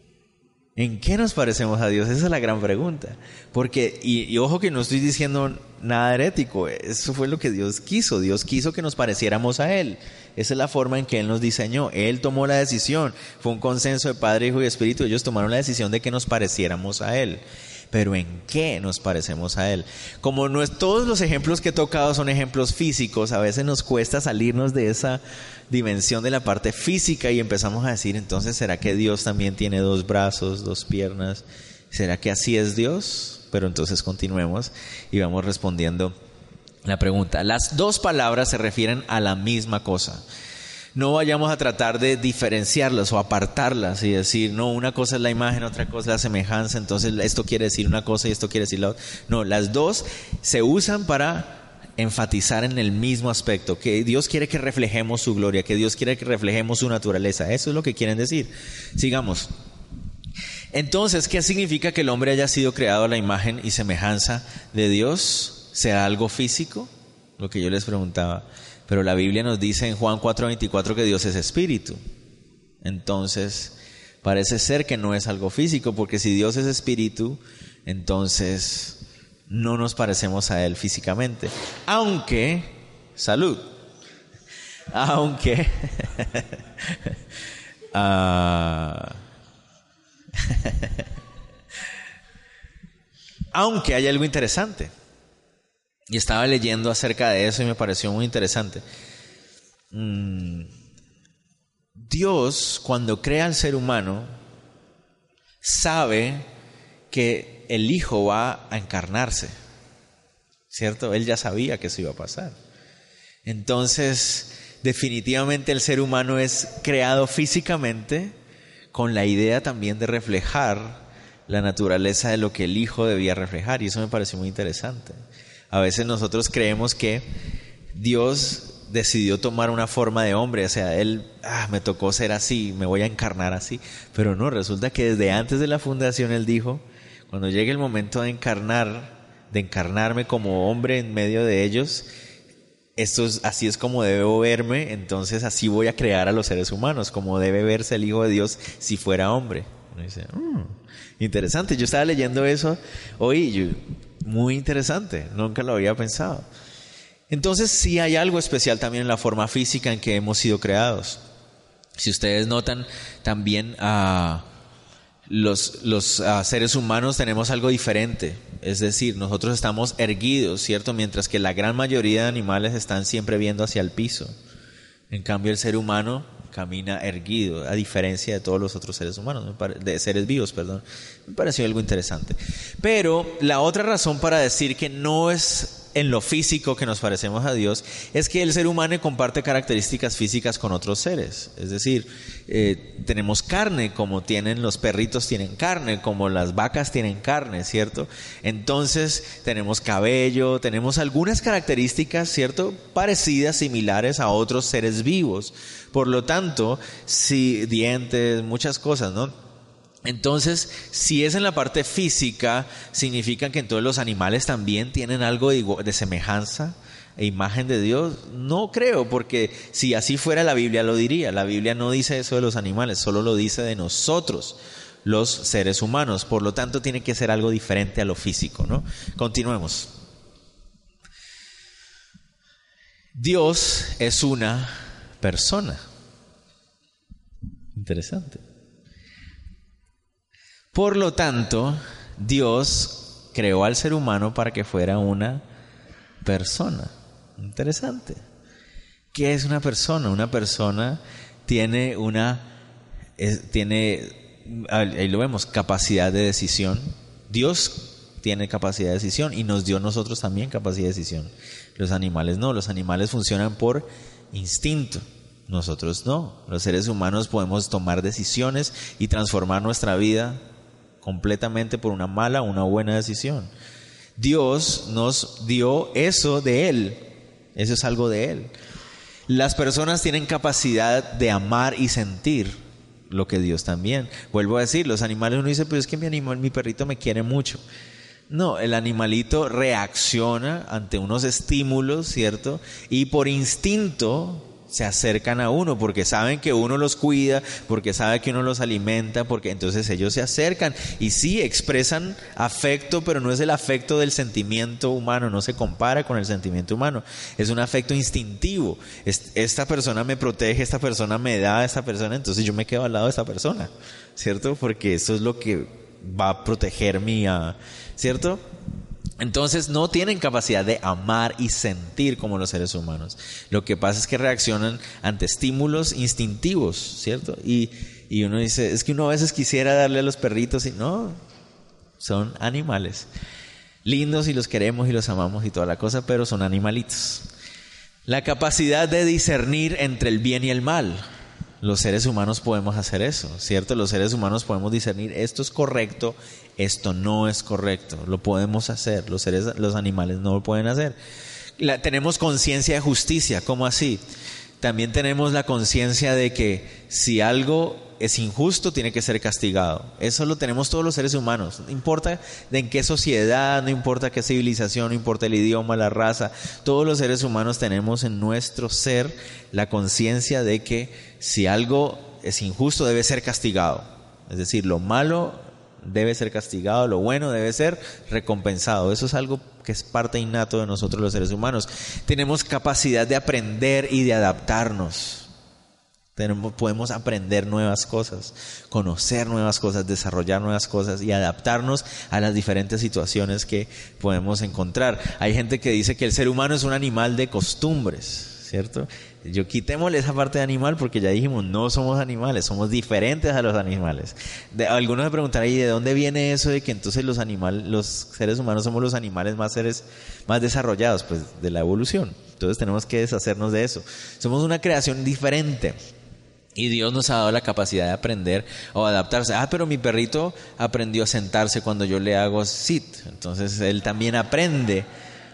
¿En qué nos parecemos a Dios? Esa es la gran pregunta. Porque, y, y ojo que no estoy diciendo nada herético, eso fue lo que Dios quiso. Dios quiso que nos pareciéramos a Él. Esa es la forma en que Él nos diseñó. Él tomó la decisión. Fue un consenso de Padre, Hijo y Espíritu. Ellos tomaron la decisión de que nos pareciéramos a Él. Pero ¿en qué nos parecemos a Él? Como no es, todos los ejemplos que he tocado son ejemplos físicos, a veces nos cuesta salirnos de esa dimensión de la parte física y empezamos a decir, entonces, ¿será que Dios también tiene dos brazos, dos piernas? ¿Será que así es Dios? Pero entonces continuemos y vamos respondiendo la pregunta. Las dos palabras se refieren a la misma cosa. No vayamos a tratar de diferenciarlas o apartarlas y decir, no, una cosa es la imagen, otra cosa es la semejanza, entonces esto quiere decir una cosa y esto quiere decir la otra. No, las dos se usan para enfatizar en el mismo aspecto, que Dios quiere que reflejemos su gloria, que Dios quiere que reflejemos su naturaleza. Eso es lo que quieren decir. Sigamos. Entonces, ¿qué significa que el hombre haya sido creado a la imagen y semejanza de Dios? ¿Será algo físico? Lo que yo les preguntaba. Pero la Biblia nos dice en Juan cuatro veinticuatro que Dios es espíritu. Entonces, parece ser que no es algo físico, porque si Dios es espíritu, entonces no nos parecemos a Él físicamente. Aunque, salud, aunque, uh, aunque hay algo interesante. Y estaba leyendo acerca de eso y me pareció muy interesante. Mm, Dios, cuando crea al ser humano, sabe que el Hijo va a encarnarse, ¿cierto? Él ya sabía que eso iba a pasar. Entonces, definitivamente el ser humano es creado físicamente con la idea también de reflejar la naturaleza de lo que el Hijo debía reflejar, y eso me pareció muy interesante. A veces nosotros creemos que Dios decidió tomar una forma de hombre, o sea, Él, ah, me tocó ser así, me voy a encarnar así, pero no, resulta que desde antes de la fundación Él dijo, cuando llegue el momento de encarnar, de encarnarme como hombre en medio de ellos, esto es, así es como debo verme, entonces así voy a crear a los seres humanos, como debe verse el Hijo de Dios si fuera hombre. Uno dice, mmm, interesante, yo estaba leyendo eso hoy, yo, muy interesante, nunca lo había pensado. Entonces sí hay algo especial también en la forma física en que hemos sido creados. Si ustedes notan, también uh, los, los uh, seres humanos tenemos algo diferente. Es decir, nosotros estamos erguidos, ¿cierto? Mientras que la gran mayoría de animales están siempre viendo hacia el piso. En cambio, el ser humano camina erguido, a diferencia de todos los otros seres humanos, me pare- de seres vivos, perdón. Me pareció algo interesante. Pero la otra razón para decir que no es en lo físico que nos parecemos a Dios es que el ser humano comparte características físicas con otros seres. Es decir, eh, tenemos carne como tienen los perritos, tienen carne, como las vacas tienen carne, ¿cierto? Entonces tenemos cabello, tenemos algunas características, ¿cierto?, parecidas, similares a otros seres vivos. Por lo tanto, si dientes, muchas cosas, ¿no? Entonces, si es en la parte física, significa que entonces los animales también tienen algo de, igual, de semejanza e imagen de Dios. No creo, porque si así fuera la Biblia lo diría. La Biblia no dice eso de los animales, solo lo dice de nosotros, los seres humanos. Por lo tanto, tiene que ser algo diferente a lo físico, ¿no? Continuemos. Dios es una persona. Interesante. Por lo tanto, Dios creó al ser humano para que fuera una persona. Interesante. ¿Qué es una persona? Una persona tiene una, es, tiene, ahí lo vemos, capacidad de decisión. Dios tiene capacidad de decisión y nos dio nosotros también capacidad de decisión. Los animales no, los animales funcionan por instinto. Nosotros no. Los seres humanos podemos tomar decisiones y transformar nuestra vida completamente por una mala o una buena decisión. Dios nos dio eso de Él. Eso es algo de Él. Las personas tienen capacidad de amar y sentir lo que Dios también. Vuelvo a decir, los animales, uno dice, pero es que mi animal, mi perrito me quiere mucho. No, el animalito reacciona ante unos estímulos, ¿cierto? Y por instinto se acercan a uno porque saben que uno los cuida, porque sabe que uno los alimenta, porque entonces ellos se acercan y sí expresan afecto, pero no es el afecto del sentimiento humano, no se compara con el sentimiento humano, es un afecto instintivo. Esta persona me protege, esta persona me da, esta persona, entonces yo me quedo al lado de esta persona, ¿cierto? Porque eso es lo que va a proteger mi, uh, ¿cierto? Entonces no tienen capacidad de amar y sentir como los seres humanos. Lo que pasa es que reaccionan ante estímulos instintivos, ¿cierto? Y, y uno dice, es que uno a veces quisiera darle a los perritos y no, son animales. Lindos y los queremos y los amamos y toda la cosa, pero son animalitos. La capacidad de discernir entre el bien y el mal. Los seres humanos podemos hacer eso, ¿cierto? Los seres humanos podemos discernir esto es correcto, esto no es correcto. Lo podemos hacer, los seres, los animales no lo pueden hacer. La, tenemos conciencia de justicia, ¿cómo así? También tenemos la conciencia de que si algo es injusto, tiene que ser castigado. Eso lo tenemos todos los seres humanos. No importa de en qué sociedad, no importa qué civilización, no importa el idioma, la raza. Todos los seres humanos tenemos en nuestro ser la conciencia de que si algo es injusto, debe ser castigado. Es decir, lo malo debe ser castigado, lo bueno debe ser recompensado. Eso es algo que es parte innato de nosotros los seres humanos. Tenemos capacidad de aprender y de adaptarnos. Tenemos, podemos aprender nuevas cosas, conocer nuevas cosas, desarrollar nuevas cosas y adaptarnos a las diferentes situaciones que podemos encontrar. Hay gente que dice que el ser humano es un animal de costumbres, ¿cierto? Yo quitémosle esa parte de animal porque ya dijimos, no somos animales, somos diferentes a los animales. De, algunos me preguntarán, ¿y de dónde viene eso de que entonces los animales, los seres humanos somos los animales más seres más desarrollados? Pues de la evolución. Entonces tenemos que deshacernos de eso. Somos una creación diferente. Y Dios nos ha dado la capacidad de aprender o adaptarse. Ah, pero mi perrito aprendió a sentarse cuando yo le hago sit. Entonces él también aprende.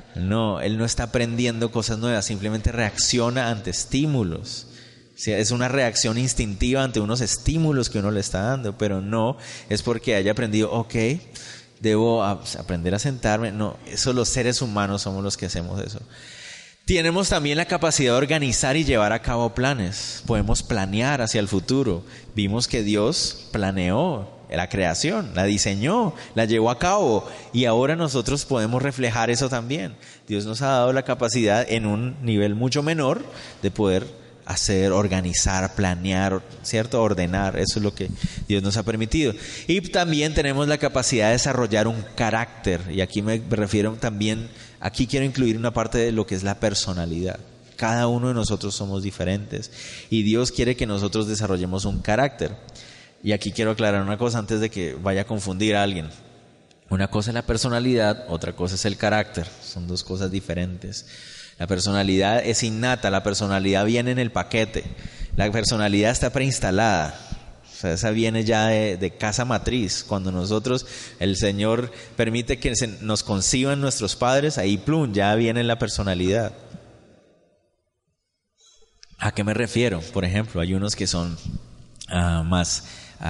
No, él no está aprendiendo cosas nuevas, simplemente reacciona ante estímulos. O sea, es una reacción instintiva ante unos estímulos que uno le está dando, pero no es porque haya aprendido, ok, debo aprender a sentarme. No, eso los seres humanos somos los que hacemos eso. Tenemos también la capacidad de organizar y llevar a cabo planes. Podemos planear hacia el futuro. Vimos que Dios planeó la creación, la diseñó, la llevó a cabo y ahora nosotros podemos reflejar eso también. Dios nos ha dado la capacidad en un nivel mucho menor de poder hacer, organizar, planear, ¿cierto? Ordenar, eso es lo que Dios nos ha permitido. Y también tenemos la capacidad de desarrollar un carácter, y aquí me refiero también, aquí quiero incluir una parte de lo que es la personalidad. Cada uno de nosotros somos diferentes y Dios quiere que nosotros desarrollemos un carácter. Y aquí quiero aclarar una cosa antes de que vaya a confundir a alguien. Una cosa es la personalidad, otra cosa es el carácter. Son dos cosas diferentes. La personalidad es innata, la personalidad viene en el paquete. La personalidad está preinstalada. O sea, esa viene ya de, de casa matriz. Cuando nosotros, el Señor permite que se nos conciban nuestros padres, ahí plum, ya viene la personalidad. ¿A qué me refiero? Por ejemplo, hay unos que son uh, más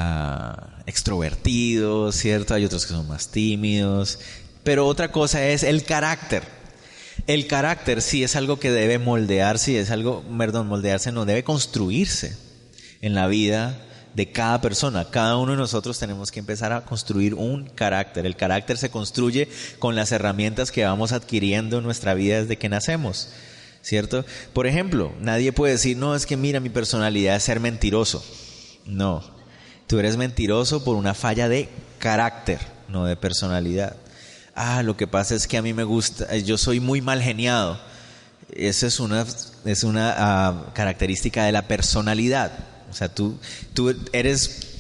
uh, extrovertidos, ¿cierto? Hay otros que son más tímidos. Pero otra cosa es el carácter. El carácter sí es algo que debe moldearse, es algo, perdón, moldearse no, debe construirse en la vida de cada persona. Cada uno de nosotros tenemos que empezar a construir un carácter. El carácter se construye con las herramientas que vamos adquiriendo en nuestra vida desde que nacemos, ¿cierto? Por ejemplo, nadie puede decir, no, es que mira, mi personalidad es ser mentiroso. No, tú eres mentiroso por una falla de carácter, no de personalidad. Ah, lo que pasa es que a mí me gusta, yo soy muy mal geniado. Esa es una, es una uh, característica de la personalidad. O sea, tú, tú eres,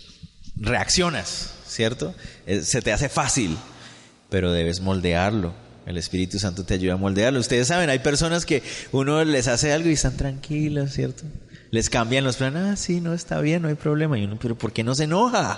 reaccionas, ¿cierto? Se te hace fácil, pero debes moldearlo. El Espíritu Santo te ayuda a moldearlo. Ustedes saben, hay personas que uno les hace algo y están tranquilas, ¿cierto? Les cambian los planes, ah, sí, no, está bien, no hay problema. Y uno, pero ¿por qué no se enoja?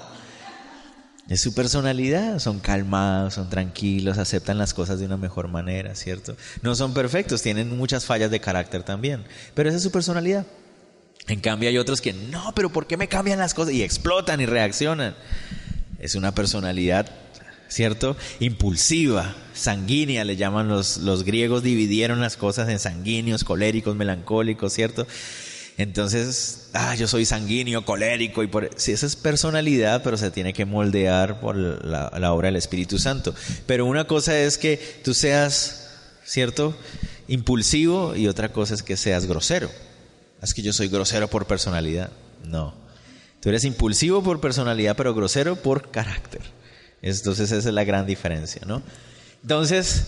Es su personalidad, son calmados, son tranquilos, aceptan las cosas de una mejor manera, ¿cierto? No son perfectos, tienen muchas fallas de carácter también, pero esa es su personalidad. En cambio hay otros que, no, pero ¿por qué me cambian las cosas? Y explotan y reaccionan. Es una personalidad, ¿cierto? Impulsiva, sanguínea, le llaman los, los griegos, dividieron las cosas en sanguíneos, coléricos, melancólicos, ¿cierto? Entonces, ah, yo soy sanguíneo, colérico, y por sí, esa es personalidad, pero se tiene que moldear por la, la obra del Espíritu Santo. Pero una cosa es que tú seas, ¿cierto?, impulsivo, y otra cosa es que seas grosero. Es que yo soy grosero por personalidad. No. Tú eres impulsivo por personalidad, pero grosero por carácter. Entonces esa es la gran diferencia, ¿no? Entonces,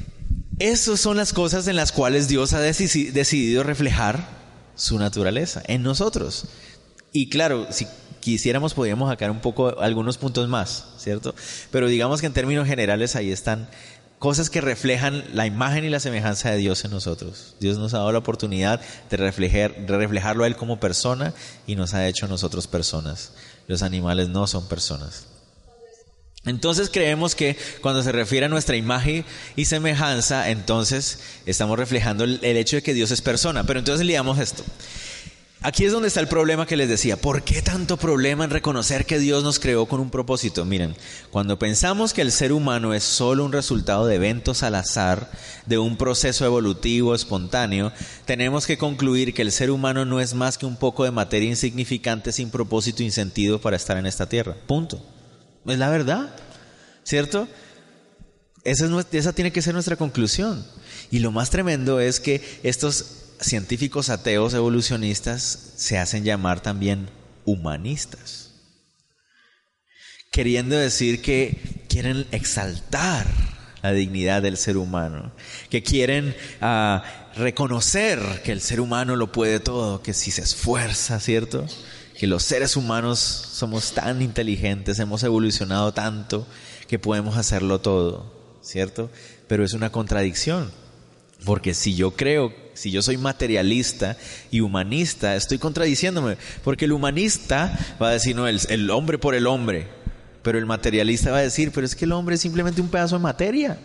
esas son las cosas en las cuales Dios ha deci- decidido reflejar su naturaleza en nosotros. Y claro, si quisiéramos podríamos sacar un poco algunos puntos más, ¿cierto? Pero digamos que en términos generales ahí están cosas que reflejan la imagen y la semejanza de Dios en nosotros. Dios nos ha dado la oportunidad de reflejar, de reflejarlo a Él como persona y nos ha hecho a nosotros personas. Los animales no son personas. Entonces creemos que cuando se refiere a nuestra imagen y semejanza, entonces estamos reflejando el, el hecho de que Dios es persona. Pero entonces leamos esto. Aquí es donde está el problema que les decía. ¿Por qué tanto problema en reconocer que Dios nos creó con un propósito? Miren, cuando pensamos que el ser humano es solo un resultado de eventos al azar, de un proceso evolutivo espontáneo, tenemos que concluir que el ser humano no es más que un poco de materia insignificante sin propósito y sentido para estar en esta tierra. Punto. Es la verdad, ¿cierto? Esa, es, esa tiene que ser nuestra conclusión. Y lo más tremendo es que estos científicos ateos evolucionistas se hacen llamar también humanistas, queriendo decir que quieren exaltar la dignidad del ser humano, que quieren uh, reconocer que el ser humano lo puede todo, que si se esfuerza, ¿cierto? Que los seres humanos somos tan inteligentes, hemos evolucionado tanto que podemos hacerlo todo, ¿cierto? Pero es una contradicción, porque si yo creo, si yo soy materialista y humanista, estoy contradiciéndome, porque el humanista va a decir, no, el, el hombre por el hombre, pero el materialista va a decir, pero es que el hombre es simplemente un pedazo de materia,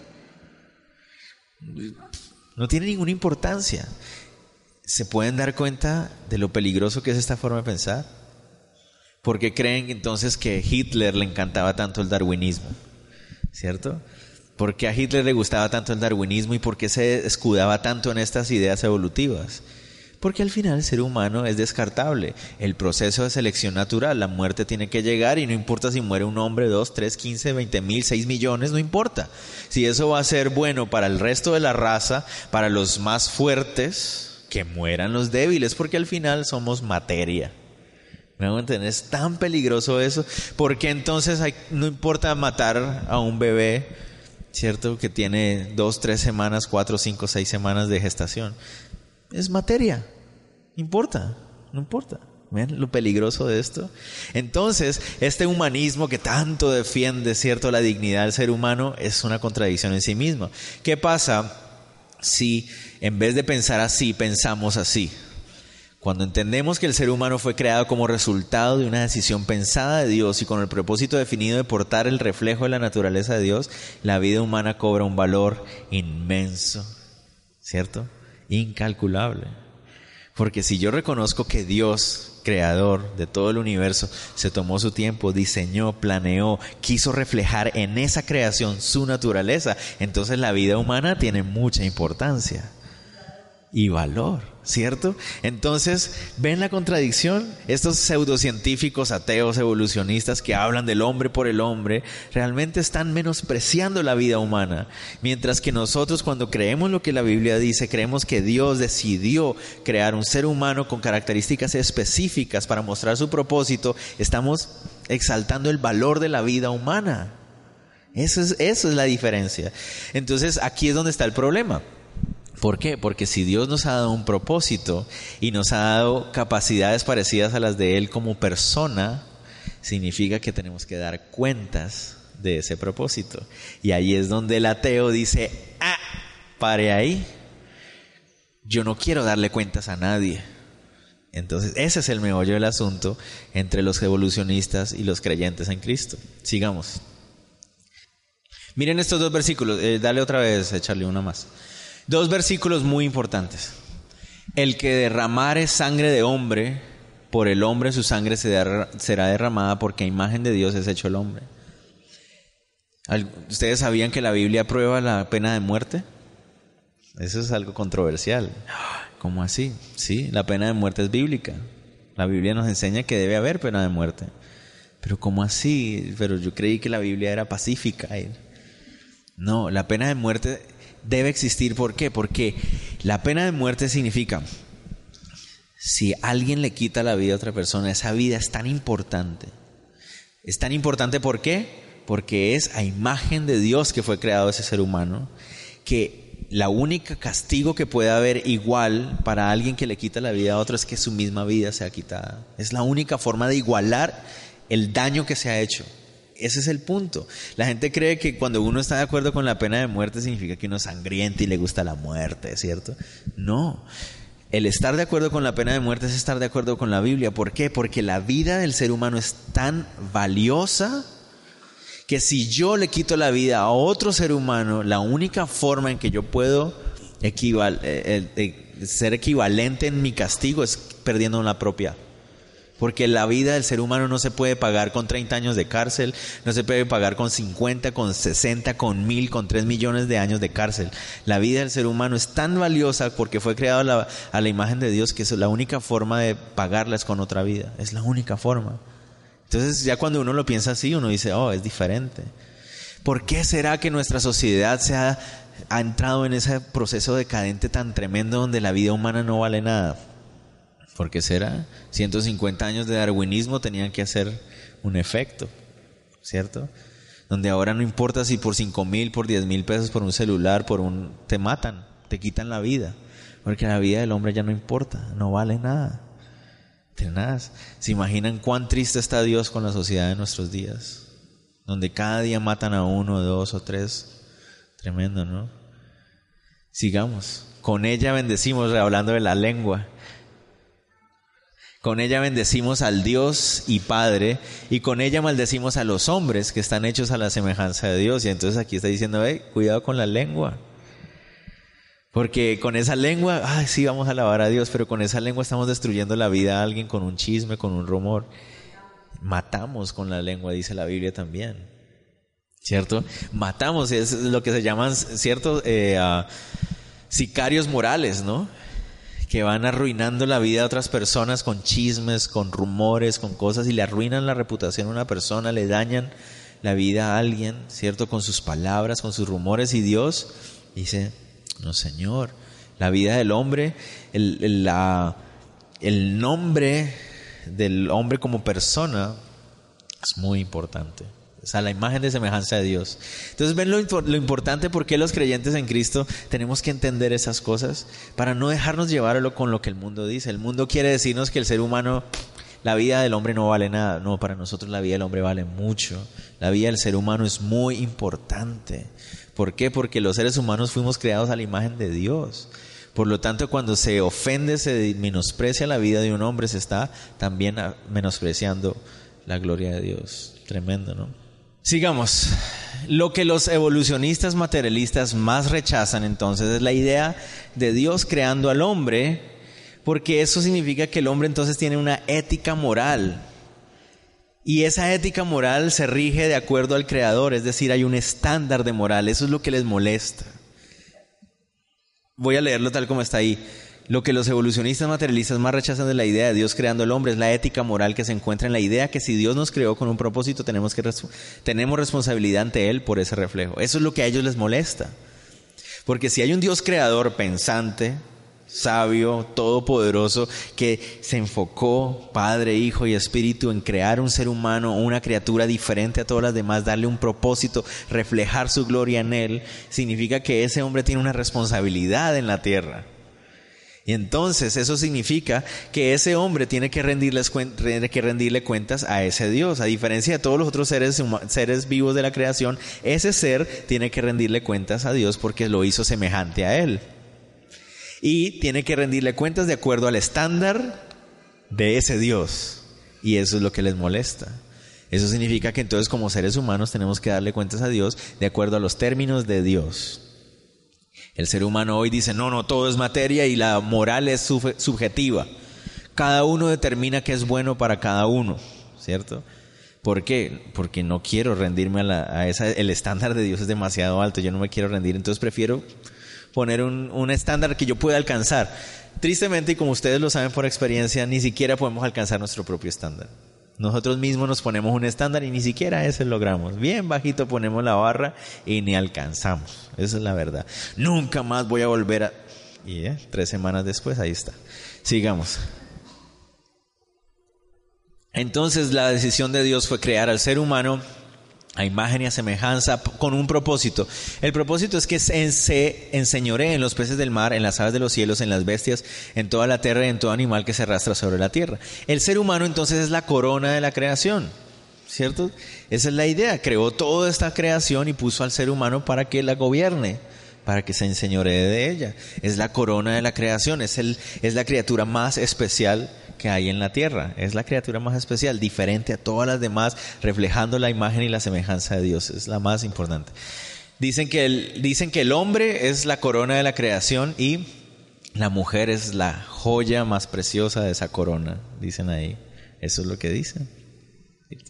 no tiene ninguna importancia. ¿Se pueden dar cuenta de lo peligroso que es esta forma de pensar? ¿Por qué creen entonces que a Hitler le encantaba tanto el darwinismo? ¿Cierto? ¿Por qué a Hitler le gustaba tanto el darwinismo y por qué se escudaba tanto en estas ideas evolutivas? Porque al final el ser humano es descartable. El proceso de selección natural, la muerte tiene que llegar y no importa si muere un hombre, dos, tres, quince, veinte mil, seis millones, no importa. Si eso va a ser bueno para el resto de la raza, para los más fuertes, que mueran los débiles, porque al final somos materia. ¿Me hago entender? Es tan peligroso eso. Porque entonces hay, no importa matar a un bebé, ¿cierto? Que tiene dos, tres semanas, cuatro, cinco, seis semanas de gestación. Es materia. No importa. No importa. ¿Ven lo peligroso de esto? Entonces, este humanismo que tanto defiende, ¿cierto?, la dignidad del ser humano, es una contradicción en sí mismo. ¿Qué pasa si en vez de pensar así, pensamos así? Cuando entendemos que el ser humano fue creado como resultado de una decisión pensada de Dios y con el propósito definido de portar el reflejo de la naturaleza de Dios, la vida humana cobra un valor inmenso, ¿cierto? Incalculable. Porque si yo reconozco que Dios, creador de todo el universo, se tomó su tiempo, diseñó, planeó, quiso reflejar en esa creación su naturaleza, entonces la vida humana tiene mucha importancia y valor, ¿cierto? Entonces, ¿ven la contradicción? Estos pseudocientíficos ateos evolucionistas que hablan del hombre por el hombre, realmente están menospreciando la vida humana. Mientras que nosotros, cuando creemos lo que la Biblia dice, creemos que Dios decidió crear un ser humano con características específicas para mostrar su propósito, estamos exaltando el valor de la vida humana. Eso es, eso es la diferencia. Entonces, aquí es donde está el problema. ¿Por qué? Porque si Dios nos ha dado un propósito y nos ha dado capacidades parecidas a las de Él como persona, significa que tenemos que dar cuentas de ese propósito. Y ahí es donde el ateo dice, ah, pare ahí, yo no quiero darle cuentas a nadie. Entonces ese es el meollo del asunto entre los evolucionistas y los creyentes en Cristo. Sigamos. Miren estos dos versículos, eh, dale otra vez, échale una más. Dos versículos muy importantes. El que derramare sangre de hombre, por el hombre su sangre será derramada, porque a imagen de Dios es hecho el hombre. ¿Ustedes sabían que la Biblia aprueba la pena de muerte? Eso es algo controversial. ¿Cómo así? Sí, la pena de muerte es bíblica. La Biblia nos enseña que debe haber pena de muerte. Pero ¿cómo así? Pero yo creí que la Biblia era pacífica. No, la pena de muerte debe existir. ¿Por qué? Porque la pena de muerte significa, si alguien le quita la vida a otra persona, esa vida es tan importante. Es tan importante, ¿por qué? Porque es a imagen de Dios que fue creado ese ser humano, que la única castigo que puede haber igual para alguien que le quita la vida a otro es que su misma vida sea quitada. Es la única forma de igualar el daño que se ha hecho. Ese es el punto. La gente cree que cuando uno está de acuerdo con la pena de muerte significa que uno es sangriento y le gusta la muerte, ¿cierto? No. El estar de acuerdo con la pena de muerte es estar de acuerdo con la Biblia. ¿Por qué? Porque la vida del ser humano es tan valiosa que si yo le quito la vida a otro ser humano, la única forma en que yo puedo equival- eh, eh, ser equivalente en mi castigo es perdiendo la propia. Porque la vida del ser humano no se puede pagar con treinta años de cárcel, no se puede pagar con cincuenta, con sesenta, con mil, con tres millones de años de cárcel. La vida del ser humano es tan valiosa porque fue creada a la, a la imagen de Dios, que es la única forma de pagarla es con otra vida. Es la única forma. Entonces ya cuando uno lo piensa así, uno dice, oh, es diferente. ¿Por qué será que nuestra sociedad se ha, ha entrado en ese proceso decadente tan tremendo donde la vida humana no vale nada? ¿Por qué será? ciento cincuenta años de darwinismo tenían que hacer un efecto, ¿cierto? Donde ahora no importa si por cinco mil, por diez mil pesos, por un celular, por un... te matan, te quitan la vida. Porque la vida del hombre ya no importa, no vale nada. Tenaz. ¿Se imaginan cuán triste está Dios con la sociedad de nuestros días? Donde cada día matan a uno, dos o tres. Tremendo, ¿no? Sigamos. Con ella bendecimos, hablando de la lengua. Con ella bendecimos al Dios y Padre, y con ella maldecimos a los hombres que están hechos a la semejanza de Dios. Y entonces aquí está diciendo, hey, cuidado con la lengua. Porque con esa lengua, ay, sí, vamos a alabar a Dios, pero con esa lengua estamos destruyendo la vida a alguien con un chisme, con un rumor. Matamos con la lengua, dice la Biblia también. ¿Cierto? Matamos, es lo que se llaman, ¿cierto? Eh, uh, sicarios morales, ¿no? Que van arruinando la vida de otras personas con chismes, con rumores, con cosas, y le arruinan la reputación a una persona, le dañan la vida a alguien, ¿cierto? Con sus palabras, con sus rumores, y Dios dice, no, Señor, la vida del hombre, el, el, la, el nombre del hombre como persona es muy importante. O sea, la imagen de semejanza de Dios. Entonces, ven lo, lo importante porque los creyentes en Cristo tenemos que entender esas cosas para no dejarnos llevarlo con lo que el mundo dice. El mundo quiere decirnos que el ser humano, la vida del hombre no vale nada. No, para nosotros la vida del hombre vale mucho. La vida del ser humano es muy importante. ¿Por qué? Porque los seres humanos fuimos creados a la imagen de Dios. Por lo tanto, cuando se ofende, se menosprecia la vida de un hombre, se está también menospreciando la gloria de Dios. Tremendo, ¿no? Sigamos. Lo que los evolucionistas materialistas más rechazan entonces es la idea de Dios creando al hombre, porque eso significa que el hombre entonces tiene una ética moral. Y esa ética moral se rige de acuerdo al Creador, es decir, hay un estándar de moral. Eso es lo que les molesta. Voy a leerlo tal como está ahí. Lo que los evolucionistas materialistas más rechazan de la idea de Dios creando al hombre es la ética moral que se encuentra en la idea que si Dios nos creó con un propósito, tenemos, que res- tenemos responsabilidad ante Él por ese reflejo. Eso es lo que a ellos les molesta. Porque si hay un Dios creador pensante, sabio, todopoderoso, que se enfocó, Padre, Hijo y Espíritu, en crear un ser humano, una criatura diferente a todas las demás, darle un propósito, reflejar su gloria en él, significa que ese hombre tiene una responsabilidad en la tierra. Y entonces eso significa que ese hombre tiene que rendirles cuen- tiene que rendirle cuentas a ese Dios. A diferencia de todos los otros seres, seres vivos de la creación, ese ser tiene que rendirle cuentas a Dios porque lo hizo semejante a Él. Y tiene que rendirle cuentas de acuerdo al estándar de ese Dios. Y eso es lo que les molesta. Eso significa que entonces como seres humanos tenemos que darle cuentas a Dios de acuerdo a los términos de Dios. El ser humano hoy dice, no, no, todo es materia y la moral es sub- subjetiva. Cada uno determina qué es bueno para cada uno, ¿cierto? ¿Por qué? Porque no quiero rendirme a, la, a esa, el estándar de Dios es demasiado alto, yo no me quiero rendir, entonces prefiero poner un, un estándar que yo pueda alcanzar. Tristemente, y como ustedes lo saben por experiencia, ni siquiera podemos alcanzar nuestro propio estándar. Nosotros mismos nos ponemos un estándar y ni siquiera ese logramos. Bien bajito ponemos la barra y ni alcanzamos. Esa es la verdad. Nunca más voy a volver a... Y eh, tres semanas después, ahí está. Sigamos. Entonces la decisión de Dios fue crear al ser humano a imagen y a semejanza con un propósito. El propósito es que se, se enseñoree en los peces del mar, en las aves de los cielos, en las bestias, en toda la tierra y en todo animal que se arrastra sobre la tierra. El ser humano entonces es la corona de la creación, ¿cierto? Esa es la idea. Creó toda esta creación y puso al ser humano para que la gobierne, para que se enseñoree de ella. Es la corona de la creación, es, el, es la criatura más especial que hay en la tierra. Es la criatura más especial, diferente a todas las demás, reflejando la imagen y la semejanza de Dios. Es la más importante. Dicen que el, dicen que el hombre es la corona de la creación y la mujer es la joya más preciosa de esa corona. Dicen ahí. Eso es lo que dicen.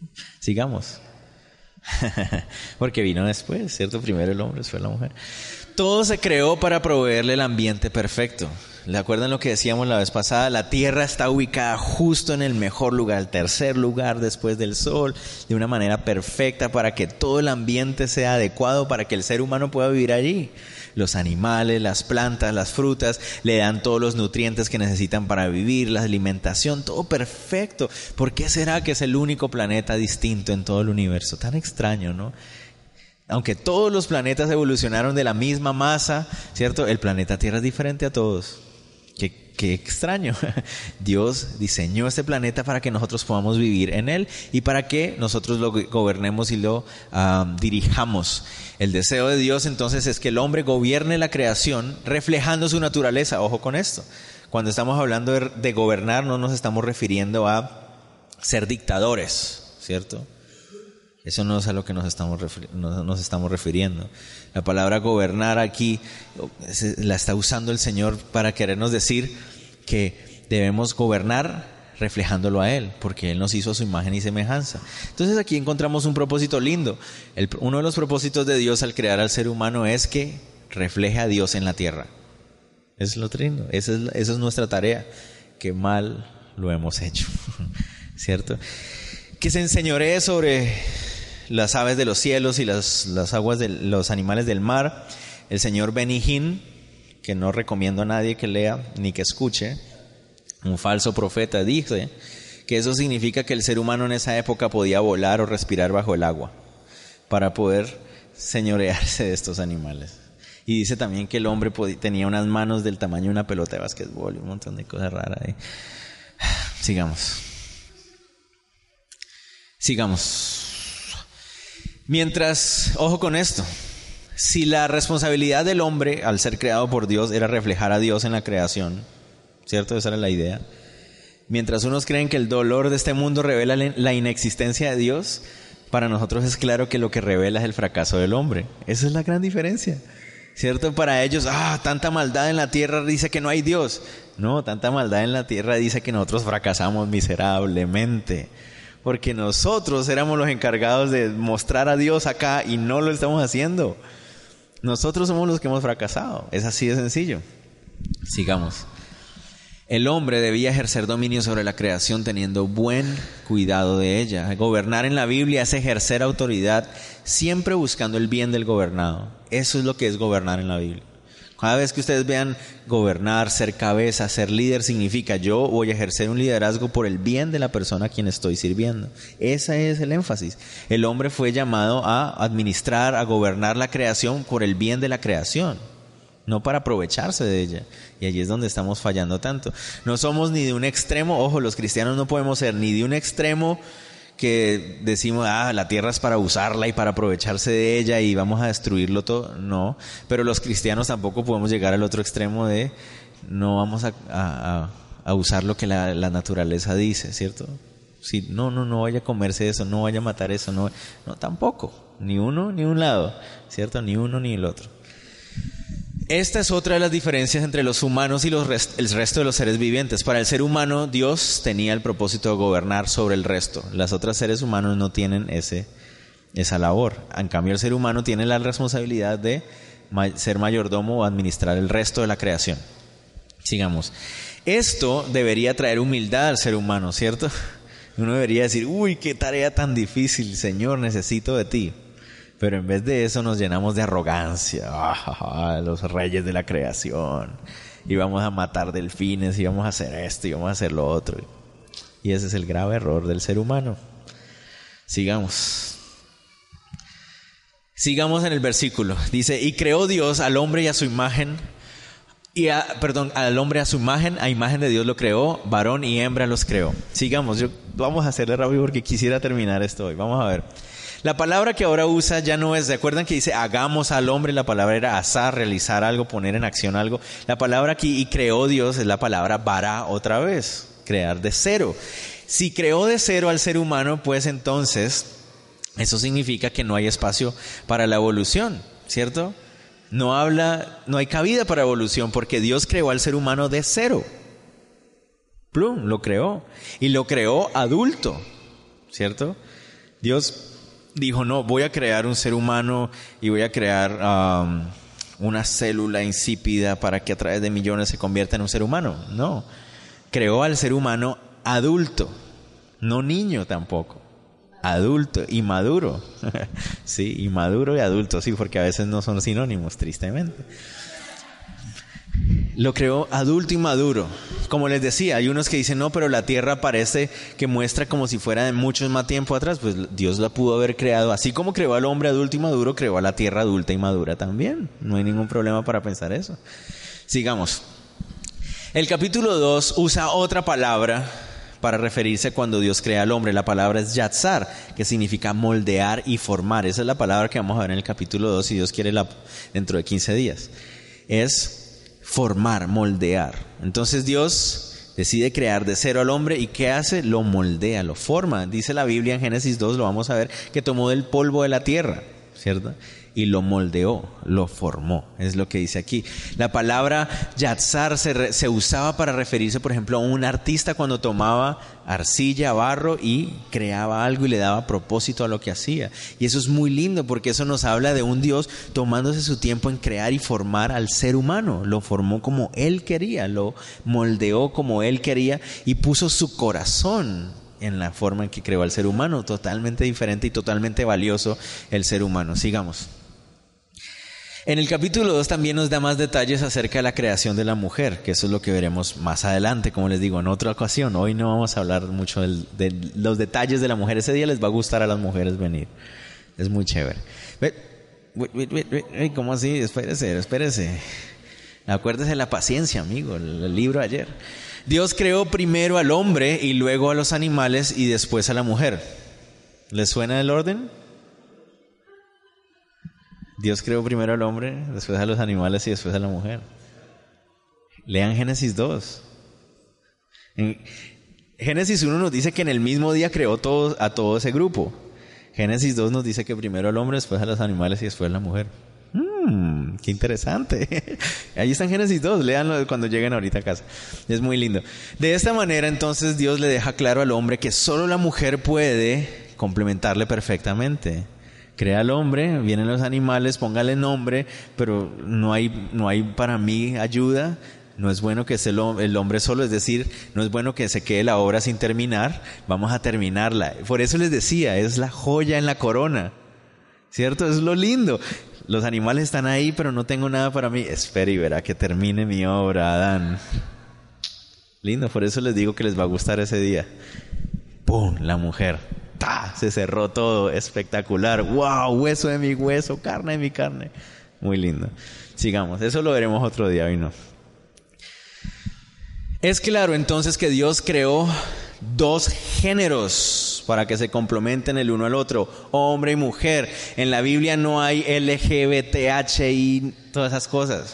Sigamos. Porque vino después, ¿cierto? Primero el hombre, después la mujer. Todo se creó para proveerle el ambiente perfecto. ¿Le acuerdan lo que decíamos la vez pasada? La Tierra está ubicada justo en el mejor lugar, el tercer lugar después del Sol, de una manera perfecta para que todo el ambiente sea adecuado para que el ser humano pueda vivir allí. Los animales, las plantas, las frutas le dan todos los nutrientes que necesitan para vivir, la alimentación, todo perfecto. ¿Por qué será que es el único planeta distinto en todo el universo? Tan extraño, ¿no? Aunque todos los planetas evolucionaron de la misma masa, ¿cierto? El planeta Tierra es diferente a todos. Qué, qué extraño. Dios diseñó este planeta para que nosotros podamos vivir en él y para que nosotros lo gobernemos y lo um, dirijamos. El deseo de Dios entonces es que el hombre gobierne la creación reflejando su naturaleza. Ojo con esto. Cuando estamos hablando de, de gobernar no nos estamos refiriendo a ser dictadores, ¿cierto? Eso no es a lo que nos estamos, refer- no, nos estamos refiriendo. La palabra gobernar aquí la está usando el Señor para querernos decir que debemos gobernar reflejándolo a Él, porque Él nos hizo a su imagen y semejanza. Entonces aquí encontramos un propósito lindo. El, uno de los propósitos de Dios al crear al ser humano es que refleje a Dios en la tierra. Eso es lo lindo. Esa es, esa es nuestra tarea. Qué mal lo hemos hecho, ¿cierto? Que se enseñoree sobre las aves de los cielos y las, las aguas de los animales del mar. El señor Benny Hinn, que no recomiendo a nadie que lea ni que escuche, un falso profeta, dice que eso significa que el ser humano en esa época podía volar o respirar bajo el agua para poder señorearse de estos animales. Y dice también que el hombre podía, tenía unas manos del tamaño de una pelota de básquetbol y un montón de cosas raras ahí. Sigamos. Sigamos. Mientras, ojo con esto, si la responsabilidad del hombre al ser creado por Dios era reflejar a Dios en la creación, ¿cierto? Esa era la idea. Mientras unos creen que el dolor de este mundo revela la inexistencia de Dios, para nosotros es claro que lo que revela es el fracaso del hombre. Esa es la gran diferencia, ¿cierto? Para ellos, ah, tanta maldad en la tierra dice que no hay Dios. No, tanta maldad en la tierra dice que nosotros fracasamos miserablemente. Porque nosotros éramos los encargados de mostrar a Dios acá y no lo estamos haciendo. Nosotros somos los que hemos fracasado. Es así de sencillo. Sigamos. El hombre debía ejercer dominio sobre la creación teniendo buen cuidado de ella. Gobernar en la Biblia es ejercer autoridad siempre buscando el bien del gobernado. Eso es lo que es gobernar en la Biblia. Cada vez que ustedes vean gobernar, ser cabeza, ser líder, significa yo voy a ejercer un liderazgo por el bien de la persona a quien estoy sirviendo. Ese es el énfasis. El hombre fue llamado a administrar, a gobernar la creación por el bien de la creación, no para aprovecharse de ella. Y allí es donde estamos fallando tanto. No somos ni de un extremo, ojo, los cristianos no podemos ser ni de un extremo que decimos, ah, la tierra es para usarla y para aprovecharse de ella y vamos a destruirlo todo. No, pero los cristianos tampoco podemos llegar al otro extremo de no vamos a, a, a usar lo que la, la naturaleza dice, ¿cierto? Si, no, no, no vaya a comerse eso, no vaya a matar eso, no, no, tampoco, ni uno ni un lado, ¿cierto? Ni uno ni el otro. Esta es otra de las diferencias entre los humanos y los rest- el resto de los seres vivientes. Para el ser humano, Dios tenía el propósito de gobernar sobre el resto. Los otros seres humanos no tienen ese, esa labor. En cambio, el ser humano tiene la responsabilidad de ma- ser mayordomo o administrar el resto de la creación. Sigamos. Esto debería traer humildad al ser humano, ¿cierto? Uno debería decir, uy, qué tarea tan difícil, Señor, necesito de ti. Pero en vez de eso nos llenamos de arrogancia, ah, los reyes de la creación, y vamos a matar delfines, y vamos a hacer esto, y vamos a hacer lo otro. Y ese es el grave error del ser humano. Sigamos. Sigamos en el versículo. Dice, y creó Dios al hombre y a su imagen, y a, perdón, al hombre a su imagen, a imagen de Dios lo creó, varón y hembra los creó. Sigamos, yo, vamos a hacerle rápido porque quisiera terminar esto hoy. Vamos a ver. La palabra que ahora usa ya no es, ¿se acuerdan que dice hagamos al hombre? La palabra era asar, realizar algo, poner en acción algo. La palabra aquí, y creó Dios, es la palabra bara otra vez, crear de cero. Si creó de cero al ser humano, pues entonces eso significa que no hay espacio para la evolución, ¿cierto? No habla, no hay cabida para evolución porque Dios creó al ser humano de cero. Plum, lo creó. Y lo creó adulto, ¿cierto? Dios dijo, no, voy a crear un ser humano y voy a crear um, una célula insípida para que a través de millones se convierta en un ser humano. No, creó al ser humano adulto, no niño tampoco, adulto y maduro. Sí, y maduro y adulto, sí, porque a veces no son sinónimos, tristemente. Lo creó adulto y maduro. Como les decía, hay unos que dicen, no, pero la tierra parece que muestra como si fuera de mucho más tiempo atrás. Pues Dios la pudo haber creado. Así como creó al hombre adulto y maduro, creó a la tierra adulta y madura también. No hay ningún problema para pensar eso. Sigamos. El capítulo dos usa otra palabra para referirse cuando Dios crea al hombre. La palabra es yatzar, que significa moldear y formar. Esa es la palabra que vamos a ver en el capítulo dos, si Dios quiere, la, dentro de quince días. Es formar, moldear. Entonces Dios decide crear de cero al hombre, y ¿qué hace? Lo moldea, lo forma. Dice la Biblia en Génesis dos, lo vamos a ver, que tomó del polvo de la tierra, ¿cierto? Y lo moldeó, lo formó, es lo que dice aquí. La palabra yatzar se, re, se usaba para referirse, por ejemplo, a un artista cuando tomaba arcilla, barro y creaba algo y le daba propósito a lo que hacía. Y eso es muy lindo, porque eso nos habla de un Dios tomándose su tiempo en crear y formar al ser humano. Lo formó como Él quería, lo moldeó como Él quería y puso su corazón en la forma en que creó al ser humano. Totalmente diferente y totalmente valioso el ser humano. Sigamos. En el capítulo dos también nos da más detalles acerca de la creación de la mujer, que eso es lo que veremos más adelante, como les digo, en otra ocasión. Hoy no vamos a hablar mucho del, de los detalles de la mujer. Ese día les va a gustar a las mujeres venir. Es muy chévere. Wait, wait, wait, wait, wait. ¿Cómo así? Espérese, espérese. Acuérdese de la paciencia, amigo, el, el libro ayer. Dios creó primero al hombre y luego a los animales y después a la mujer. ¿Les suena el orden? Dios creó primero al hombre, después a los animales y después a la mujer. Lean Génesis dos. En Génesis uno nos dice que en el mismo día creó todo, a todo ese grupo. Génesis dos nos dice que primero al hombre, después a los animales y después a la mujer. Mm, ¡Qué interesante! Ahí está en Génesis dos, léanlo cuando lleguen ahorita a casa. Es muy lindo. De esta manera, entonces, Dios le deja claro al hombre que solo la mujer puede complementarle perfectamente. Crea al hombre, vienen los animales, póngale nombre, pero no hay, no hay para mí ayuda. No es bueno que sea el hombre solo, es decir, no es bueno que se quede la obra sin terminar. Vamos a terminarla. Por eso les decía, es la joya en la corona, ¿cierto? Es lo lindo. Los animales están ahí, pero no tengo nada para mí. Espera y verá que termine mi obra, Adán. Lindo, por eso les digo que les va a gustar ese día. ¡Pum! La mujer. ¡Tá! Se cerró todo, espectacular. ¡Wow! Hueso de mi hueso, carne de mi carne. Muy lindo. Sigamos, eso lo veremos otro día, hoy no. Es claro entonces que Dios creó dos géneros para que se complementen el uno al otro, hombre y mujer. En la Biblia no hay L G B T H I, todas esas cosas.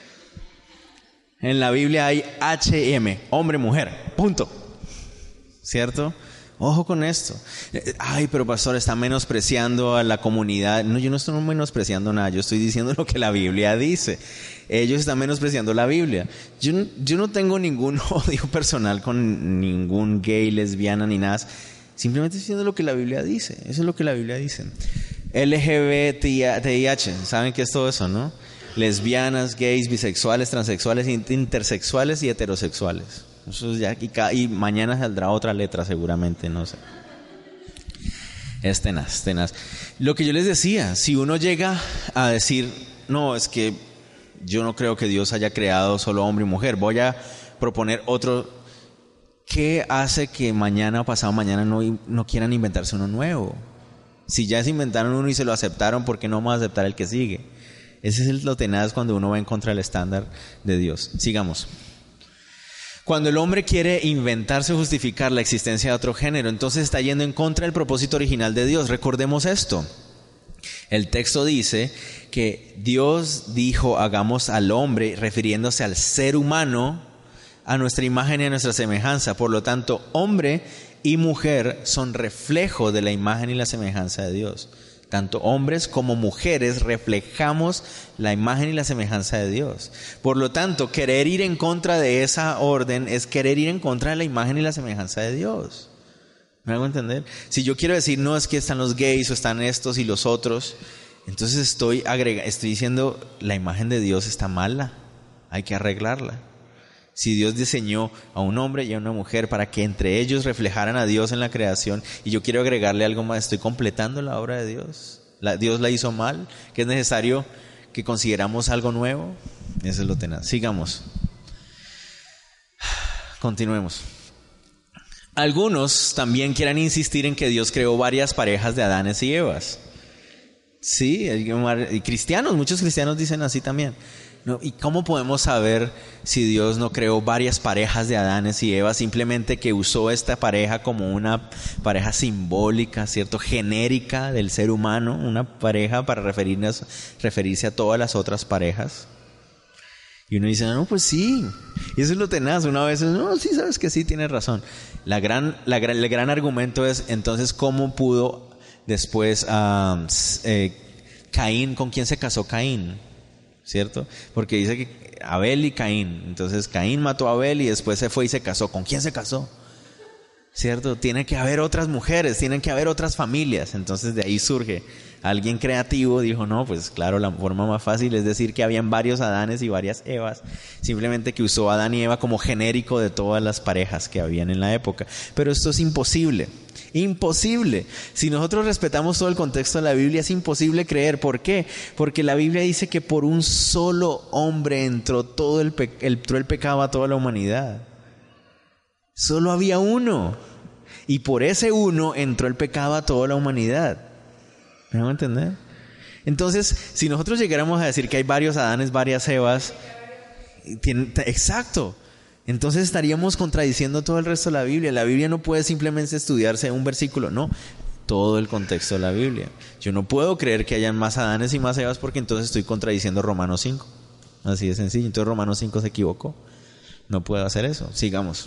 En la Biblia hay H M, hombre, mujer, punto. ¿Cierto? Ojo con esto. Ay, pero pastor, está menospreciando a la comunidad. No, yo no estoy menospreciando nada. Yo estoy diciendo lo que la Biblia dice. Ellos están menospreciando la Biblia. Yo, yo no tengo ningún odio personal con ningún gay, lesbiana, ni nada. Simplemente estoy diciendo lo que la Biblia dice. Eso es lo que la Biblia dice. L G B T I H, ¿saben qué es todo eso, no? Lesbianas, gays, bisexuales, transexuales, intersexuales y heterosexuales. Eso ya, y, y mañana saldrá otra letra seguramente, no sé. Es tenaz, tenaz. Lo que yo les decía, si uno llega a decir, no, es que yo no creo que Dios haya creado solo hombre y mujer, voy a proponer otro. ¿Qué hace que mañana o pasado mañana no, no quieran inventarse uno nuevo? Si ya se inventaron uno y se lo aceptaron, ¿por qué no vamos a aceptar el que sigue? Ese es lo tenaz cuando uno va en contra del estándar de Dios. Sigamos. Cuando el hombre quiere inventarse o justificar la existencia de otro género, entonces está yendo en contra del propósito original de Dios. Recordemos esto. El texto dice que Dios dijo, hagamos al hombre, refiriéndose al ser humano, a nuestra imagen y a nuestra semejanza. Por lo tanto, hombre y mujer son reflejo de la imagen y la semejanza de Dios. Tanto hombres como mujeres reflejamos la imagen y la semejanza de Dios. Por lo tanto, querer ir en contra de esa orden es querer ir en contra de la imagen y la semejanza de Dios. ¿Me hago entender? Si yo quiero decir, no, es que están los gays o están estos y los otros, Entonces estoy agrega, estoy diciendo, la imagen de Dios está mala, hay que arreglarla. Si Dios diseñó a un hombre y a una mujer para que entre ellos reflejaran a Dios en la creación, y yo quiero agregarle algo más, estoy completando la obra de Dios. La, Dios la hizo mal, que es necesario que consideramos algo nuevo. Eso es lo tenaz. Sigamos. Continuemos. Algunos también quieren insistir en que Dios creó varias parejas de Adanes y Evas. Sí, y cristianos, muchos cristianos dicen así también. No, ¿y cómo podemos saber si Dios no creó varias parejas de Adanes y Eva, simplemente que usó esta pareja como una pareja simbólica, ¿cierto? Genérica del ser humano, una pareja para referirnos, referirse a todas las otras parejas? Y uno dice, no, pues sí, y eso es lo tenaz. Una vez, no, sí, sabes que sí, tienes razón. La gran, la gran, el gran argumento es, entonces, ¿cómo pudo después uh, eh, Caín, con quién se casó Caín? ¿Cierto? Porque dice que Abel y Caín. Entonces Caín mató a Abel y después se fue y se casó. ¿Con quién se casó? ¿Cierto? Tiene que haber otras mujeres, tienen que haber otras familias. Entonces de ahí surge alguien creativo, dijo, no, pues claro, la forma más fácil es decir que habían varios Adanes y varias Evas. Simplemente que usó a Adán y Eva como genérico de todas las parejas que habían en la época. Pero esto es imposible. Imposible. Si nosotros respetamos todo el contexto de la Biblia, es imposible creer. ¿Por qué? Porque la Biblia dice que por un solo hombre entró todo el, pe- entró el pecado a toda la humanidad. Solo había uno. Y por ese uno entró el pecado a toda la humanidad. ¿Me van a entender? Entonces, si nosotros llegáramos a decir que hay varios Adanes, varias Evas, tiene, exacto. Entonces estaríamos contradiciendo todo el resto de la Biblia. La Biblia no puede simplemente estudiarse un versículo, no, todo el contexto de la Biblia. Yo no puedo creer que hayan más Adanes y más Evas porque entonces estoy contradiciendo Romanos cinco. Así de sencillo. Entonces Romanos cinco se equivocó. No puedo hacer eso. Sigamos.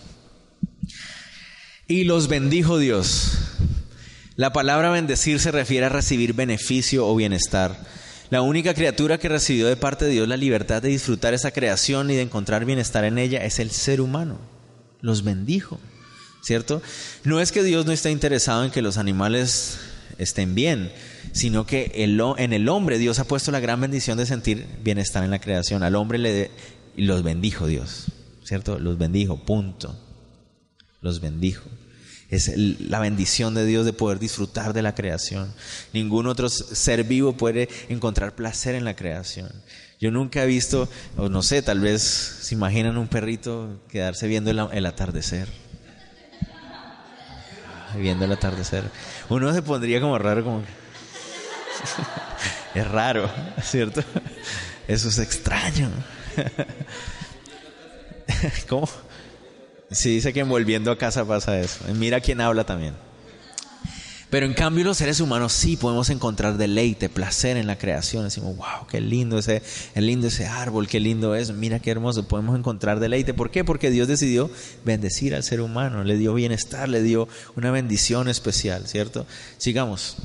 Y los bendijo Dios. La palabra bendecir se refiere a recibir beneficio o bienestar. La única criatura que recibió de parte de Dios la libertad de disfrutar esa creación y de encontrar bienestar en ella es el ser humano. Los bendijo, ¿cierto? No es que Dios no esté interesado en que los animales estén bien, sino que el, en el hombre Dios ha puesto la gran bendición de sentir bienestar en la creación. Al hombre le de, y los bendijo Dios, ¿cierto? Los bendijo, punto. Los bendijo. Es el, la bendición de Dios de poder disfrutar de la creación. Ningún otro ser vivo puede encontrar placer en la creación. Yo nunca he visto, o no sé, tal vez se imaginan un perrito quedarse viendo el, el atardecer. Viendo el atardecer. Uno se pondría como raro, como es raro, ¿cierto? Eso es extraño. ¿Cómo? Sí, dice que volviendo a casa pasa eso. Mira quién habla también. Pero en cambio los seres humanos sí podemos encontrar deleite, placer en la creación. Decimos, wow, qué lindo ese, qué lindo ese árbol, qué lindo es. Mira qué hermoso, podemos encontrar deleite. ¿Por qué? Porque Dios decidió bendecir al ser humano, le dio bienestar, le dio una bendición especial, ¿cierto? Sigamos.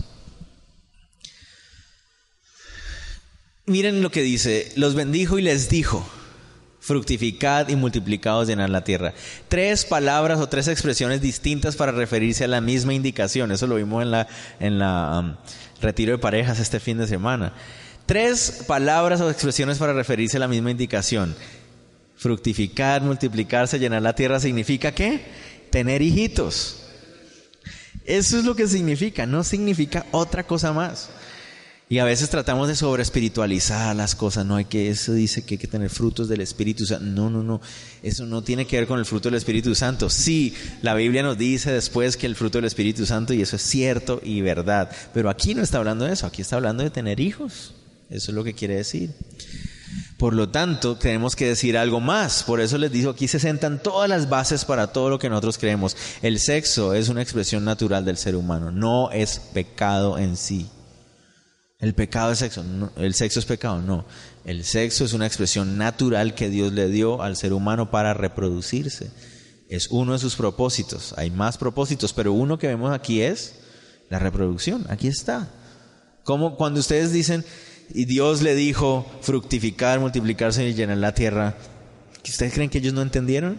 Miren lo que dice, los bendijo y les dijo: fructificad y multiplicaos, llenad la tierra. Tres palabras o tres expresiones distintas para referirse a la misma indicación. Eso lo vimos en la, en la um, retiro de parejas este fin de semana. Tres palabras o expresiones para referirse a la misma indicación. Fructificar, multiplicarse, llenar la tierra significa ¿qué? Tener hijitos. Eso es lo que significa, no significa otra cosa más. Y a veces tratamos de sobreespiritualizar las cosas. No hay que, eso dice que hay que tener frutos del Espíritu Santo. No, no, no. Eso no tiene que ver con el fruto del Espíritu Santo. Sí, la Biblia nos dice después que el fruto del Espíritu Santo, y eso es cierto y verdad. Pero aquí no está hablando de eso. Aquí está hablando de tener hijos. Eso es lo que quiere decir. Por lo tanto, tenemos que decir algo más. Por eso les digo, aquí se sentan todas las bases para todo lo que nosotros creemos. El sexo es una expresión natural del ser humano. No es pecado en sí. El pecado es sexo, no, el sexo es pecado, no. El sexo es una expresión natural que Dios le dio al ser humano para reproducirse. Es uno de sus propósitos. Hay más propósitos, pero uno que vemos aquí es la reproducción. Aquí está. Como cuando ustedes dicen, y Dios le dijo fructificar, multiplicarse y llenar la tierra, ¿ustedes creen que ellos no entendieron?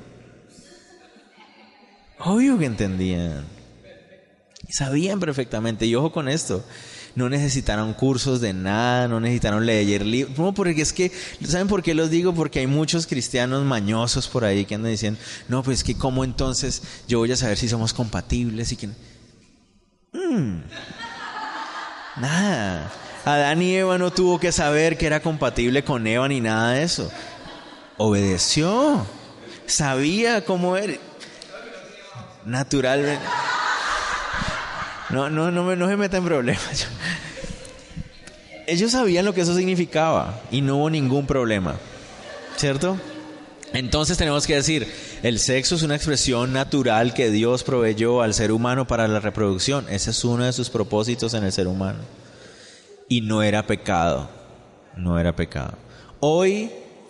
Obvio que entendían. Sabían perfectamente. Y ojo con esto. No necesitaron cursos de nada, no necesitaron leer libros. No, porque es que, ¿saben por qué los digo? Porque hay muchos cristianos mañosos por ahí que andan diciendo, no, pues es que cómo entonces yo voy a saber si somos compatibles y que... Mm, nada. Adán y Eva no tuvo que saber que era compatible con Eva ni nada de eso. Obedeció. Sabía cómo era. Naturalmente. No, no, no, me, no se meta en problemas. Ellos sabían lo que eso significaba y no hubo ningún problema, ¿cierto? Entonces tenemos que decir, el sexo es una expresión natural que Dios proveyó al ser humano para la reproducción. Ese es uno de sus propósitos en el ser humano. Y no era pecado, no era pecado. Hoy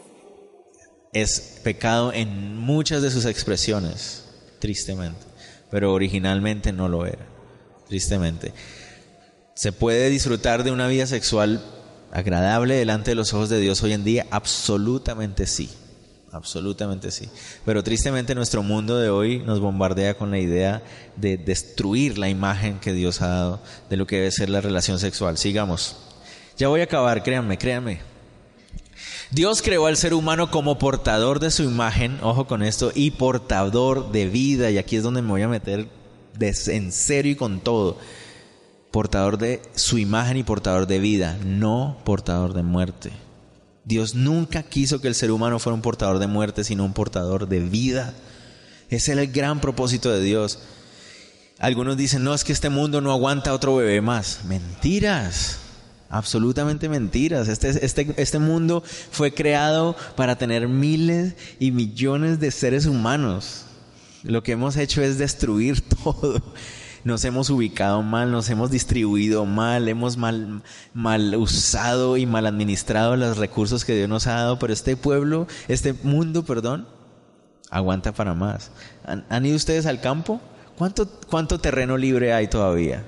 es pecado en muchas de sus expresiones, tristemente, pero originalmente no lo era. Tristemente. ¿Se puede disfrutar de una vida sexual agradable delante de los ojos de Dios hoy en día? Absolutamente sí. Absolutamente sí. Pero tristemente nuestro mundo de hoy nos bombardea con la idea de destruir la imagen que Dios ha dado de lo que debe ser la relación sexual. Sigamos. Ya voy a acabar, créanme, créanme. Dios creó al ser humano como portador de su imagen, ojo con esto, y portador de vida. Y aquí es donde me voy a meter en serio y con todo. Portador de su imagen y portador de vida, no portador de muerte. Dios nunca quiso que el ser humano fuera un portador de muerte, sino un portador de vida. Ese es el gran propósito de Dios. Algunos dicen, no, es que este mundo no aguanta otro bebé más. Mentiras, absolutamente mentiras. Este, este, este mundo fue creado para tener miles y millones de seres humanos. Lo que hemos hecho es destruir todo. Nos hemos ubicado mal, nos hemos distribuido mal, hemos mal, mal usado y mal administrado los recursos que Dios nos ha dado. Pero este pueblo, este mundo, perdón, aguanta para más. ¿Han, han ido ustedes al campo? ¿Cuánto, cuánto terreno libre hay todavía?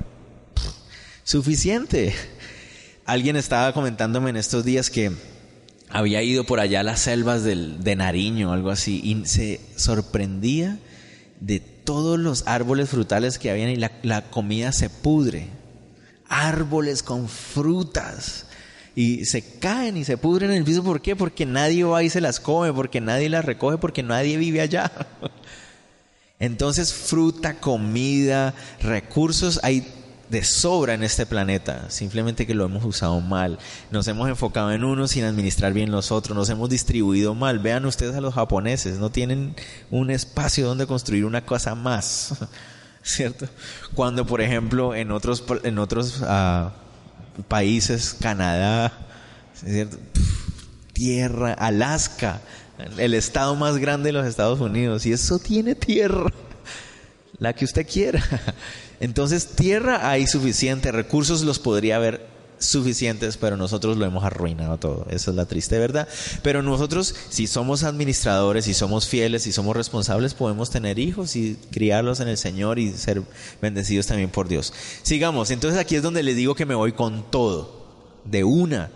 Suficiente. Alguien estaba comentándome en estos días que había ido por allá a las selvas del, de Nariño, algo así, y se sorprendía de todos los árboles frutales que habían y la, la comida se pudre. Árboles con frutas y se caen y se pudren en el piso. ¿Por qué? Porque nadie va y se las come, porque nadie las recoge, porque nadie vive allá. Entonces, fruta, comida, recursos hay de sobra en este planeta, simplemente que lo hemos usado mal. Nos hemos enfocado en uno sin administrar bien los otros, nos hemos distribuido mal. Vean ustedes a los japoneses, no tienen un espacio donde construir una cosa más, ¿cierto? Cuando, por ejemplo, en otros en otros uh, países, Canadá, ¿cierto? Tierra, Alaska, el estado más grande de los Estados Unidos, y eso tiene tierra, la que usted quiera. Entonces, tierra hay suficiente, recursos los podría haber suficientes, pero nosotros lo hemos arruinado todo. Esa es la triste verdad. Pero nosotros, si somos administradores, si somos fieles, si somos responsables, podemos tener hijos y criarlos en el Señor y ser bendecidos también por Dios. Sigamos. Entonces, aquí es donde le digo que me voy con todo, de una.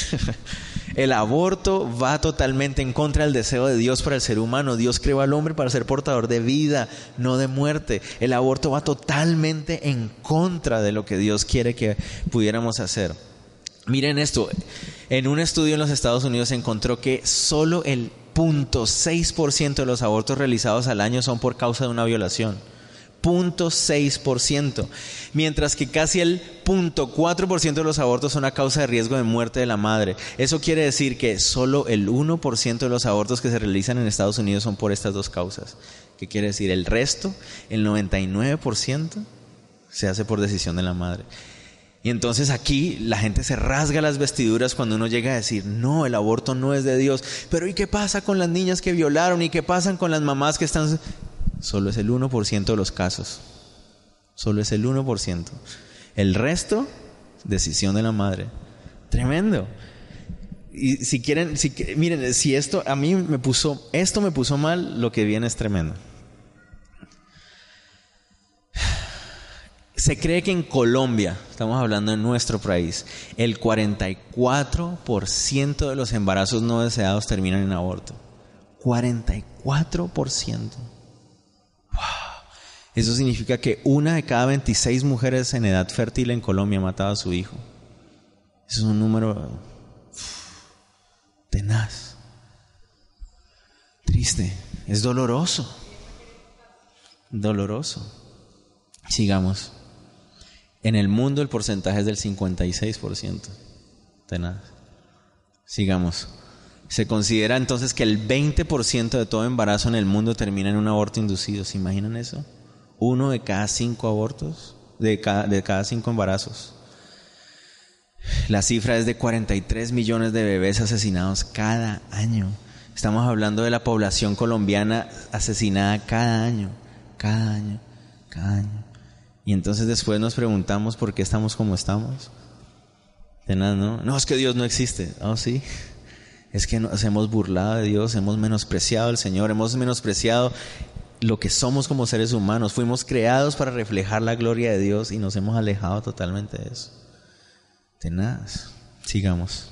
El aborto va totalmente en contra del deseo de Dios para el ser humano. Dios creó al hombre para ser portador de vida, no de muerte. El aborto va totalmente en contra de lo que Dios quiere que pudiéramos hacer. Miren esto, en un estudio en los Estados Unidos se encontró que solo el cero punto seis por ciento de los abortos realizados al año son por causa de una violación. cero punto seis por ciento, mientras que casi el cero punto cuatro por ciento de los abortos son a causa de riesgo de muerte de la madre. Eso quiere decir que solo el uno por ciento de los abortos que se realizan en Estados Unidos son por estas dos causas. ¿Qué quiere decir? El resto, el noventa y nueve por ciento, se hace por decisión de la madre. Y entonces aquí la gente se rasga las vestiduras cuando uno llega a decir, no, el aborto no es de Dios. Pero ¿y qué pasa con las niñas que violaron? ¿Y qué pasa con las mamás que están...? Solo es el uno por ciento de los casos. Solo es el uno por ciento. El resto, decisión de la madre. Tremendo. Y si quieren, si, miren, si esto a mí me puso, esto me puso mal, lo que viene es tremendo. Se cree que en Colombia, estamos hablando de nuestro país, el cuarenta y cuatro por ciento de los embarazos no deseados terminan en aborto. cuarenta y cuatro por ciento. Wow. Eso significa que una de cada veintiséis mujeres en edad fértil en Colombia ha matado a su hijo. Eso es un número tenaz, triste, es doloroso, doloroso. Sigamos. En el mundo el porcentaje es del cincuenta y seis por ciento. Tenaz. Sigamos. Se considera entonces que el veinte por ciento de todo embarazo en el mundo termina en un aborto inducido. ¿Se imaginan eso? Uno de cada cinco abortos, de cada, de cada cinco embarazos. La cifra es de cuarenta y tres millones de bebés asesinados cada año. Estamos hablando de la población colombiana asesinada cada año, cada año, cada año. Y entonces después nos preguntamos por qué estamos como estamos. Tenaz, ¿no? No, es que Dios no existe. Oh, sí. Es que nos hemos burlado de Dios, hemos menospreciado al Señor, hemos menospreciado lo que somos como seres humanos. Fuimos creados para reflejar la gloria de Dios y nos hemos alejado totalmente de eso. Tenaz. Sigamos.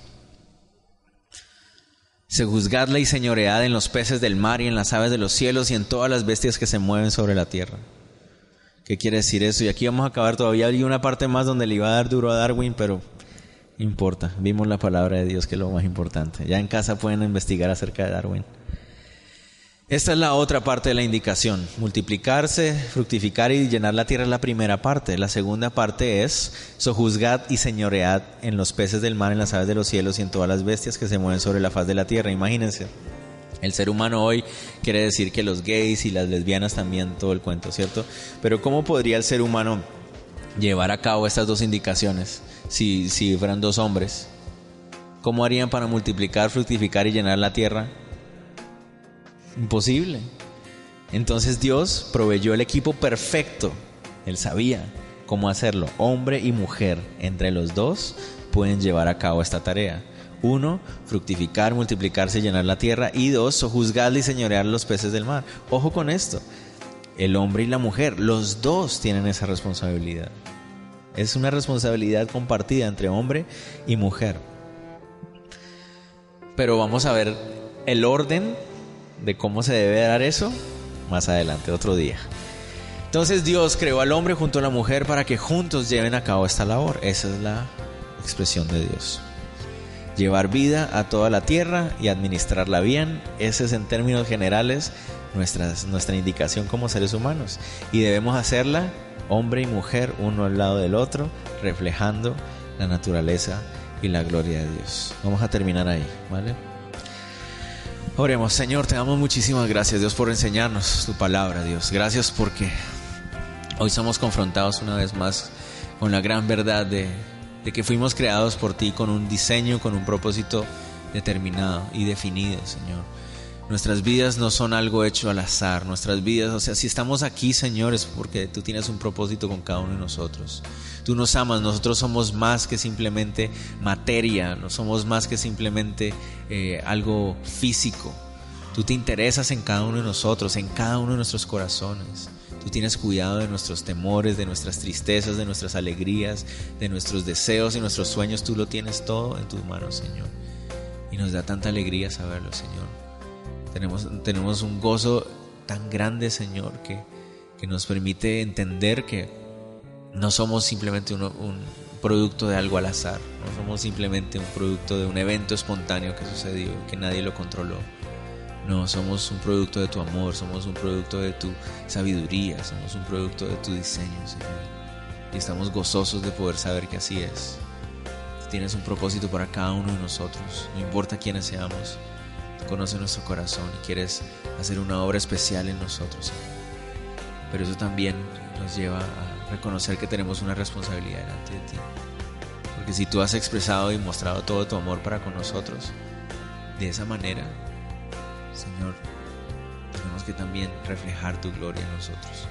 Sojuzgadla y señoread en los peces del mar y en las aves de los cielos y en todas las bestias que se mueven sobre la tierra. ¿Qué quiere decir eso? Y aquí vamos a acabar. Todavía hay una parte más donde le iba a dar duro a Darwin, pero no importa. Vimos la palabra de Dios, que es lo más importante. Ya en casa pueden investigar acerca de Darwin. Esta es la otra parte de la indicación. Multiplicarse, fructificar y llenar la tierra es la primera parte. La segunda parte es sojuzgad y señoread en los peces del mar, en las aves de los cielos y en todas las bestias que se mueven sobre la faz de la tierra. Imagínense. El ser humano hoy quiere decir que los gays y las lesbianas también, todo el cuento, ¿cierto? Pero ¿cómo podría el ser humano llevar a cabo estas dos indicaciones si, si fueran dos hombres? ¿Cómo harían para multiplicar, fructificar y llenar la tierra? Imposible. Entonces Dios proveyó el equipo perfecto. Él sabía cómo hacerlo. Hombre y mujer, entre los dos, pueden llevar a cabo esta tarea. Uno, fructificar, multiplicarse y llenar la tierra. Y dos, sojuzgar y señorear los peces del mar. Ojo con esto. El hombre y la mujer, los dos tienen esa responsabilidad. Es una responsabilidad compartida entre hombre y mujer. Pero vamos a ver el orden de cómo se debe dar eso más adelante, otro día. Entonces Dios creó al hombre junto a la mujer para que juntos lleven a cabo esta labor. Esa es la expresión de Dios. Llevar vida a toda la tierra y administrarla bien. Esa es en términos generales nuestras, nuestra indicación como seres humanos. Y debemos hacerla hombre y mujer, uno al lado del otro, reflejando la naturaleza y la gloria de Dios. Vamos a terminar ahí, ¿vale? Oremos. Señor, te damos muchísimas gracias, Dios, por enseñarnos tu palabra, Dios. Gracias porque hoy somos confrontados una vez más con la gran verdad de, de que fuimos creados por ti con un diseño, con un propósito determinado y definido, Señor. Nuestras vidas no son algo hecho al azar. Nuestras vidas, o sea, si estamos aquí, Señor, es porque tú tienes un propósito con cada uno de nosotros. Tú nos amas, nosotros somos más que simplemente materia, no somos más que simplemente eh, algo físico. Tú te interesas en cada uno de nosotros, en cada uno de nuestros corazones. Tú tienes cuidado de nuestros temores, de nuestras tristezas, de nuestras alegrías, de nuestros deseos y nuestros sueños. Tú lo tienes todo en tus manos, Señor. Y nos da tanta alegría saberlo, Señor. Tenemos, tenemos un gozo tan grande, Señor, que, que nos permite entender que no somos simplemente uno, un producto de algo al azar. No somos simplemente un producto de un evento espontáneo que sucedió, que nadie lo controló. No, somos un producto de tu amor, somos un producto de tu sabiduría, somos un producto de tu diseño, Señor. Y estamos gozosos de poder saber que así es. Tienes un propósito para cada uno de nosotros, no importa quiénes seamos. Conoce nuestro corazón y quieres hacer una obra especial en nosotros, Señor. Pero eso también nos lleva a reconocer que tenemos una responsabilidad delante de ti. Porque si tú has expresado y mostrado todo tu amor para con nosotros, de esa manera, Señor, tenemos que también reflejar tu gloria en nosotros.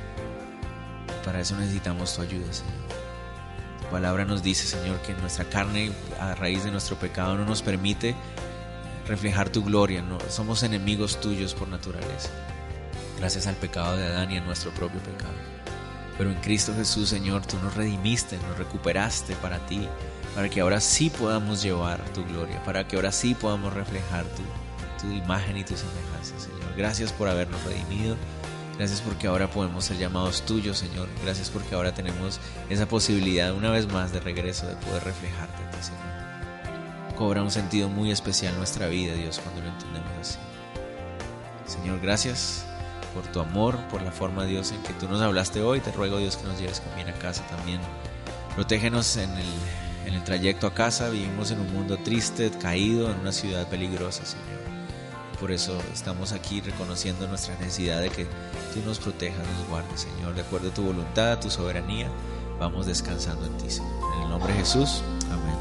Para eso necesitamos tu ayuda, Señor. Tu palabra nos dice, Señor, que nuestra carne, a raíz de nuestro pecado, no nos permite reflejar tu gloria. No, somos enemigos tuyos por naturaleza, gracias al pecado de Adán y a nuestro propio pecado. Pero en Cristo Jesús, Señor, tú nos redimiste, nos recuperaste para ti, para que ahora sí podamos llevar tu gloria, para que ahora sí podamos reflejar tu, tu imagen y tu semejanza, Señor. Gracias por habernos redimido, Gracias porque ahora podemos ser llamados tuyos, Señor. Gracias porque ahora tenemos esa posibilidad una vez más de regreso, de poder reflejarte a ti, Señor. Cobra un sentido muy especial nuestra vida, Dios, cuando lo entendemos así. Señor, gracias por tu amor, por la forma, Dios, en que tú nos hablaste hoy. Te ruego, Dios, que nos lleves con bien a casa también. Protégenos en el, en el trayecto a casa. Vivimos en un mundo triste, caído, en una ciudad peligrosa, Señor. Por eso estamos aquí reconociendo nuestra necesidad de que tú nos protejas, nos guardes, Señor. De acuerdo a tu voluntad, a tu soberanía, vamos descansando en ti, Señor. En el nombre de Jesús, amén.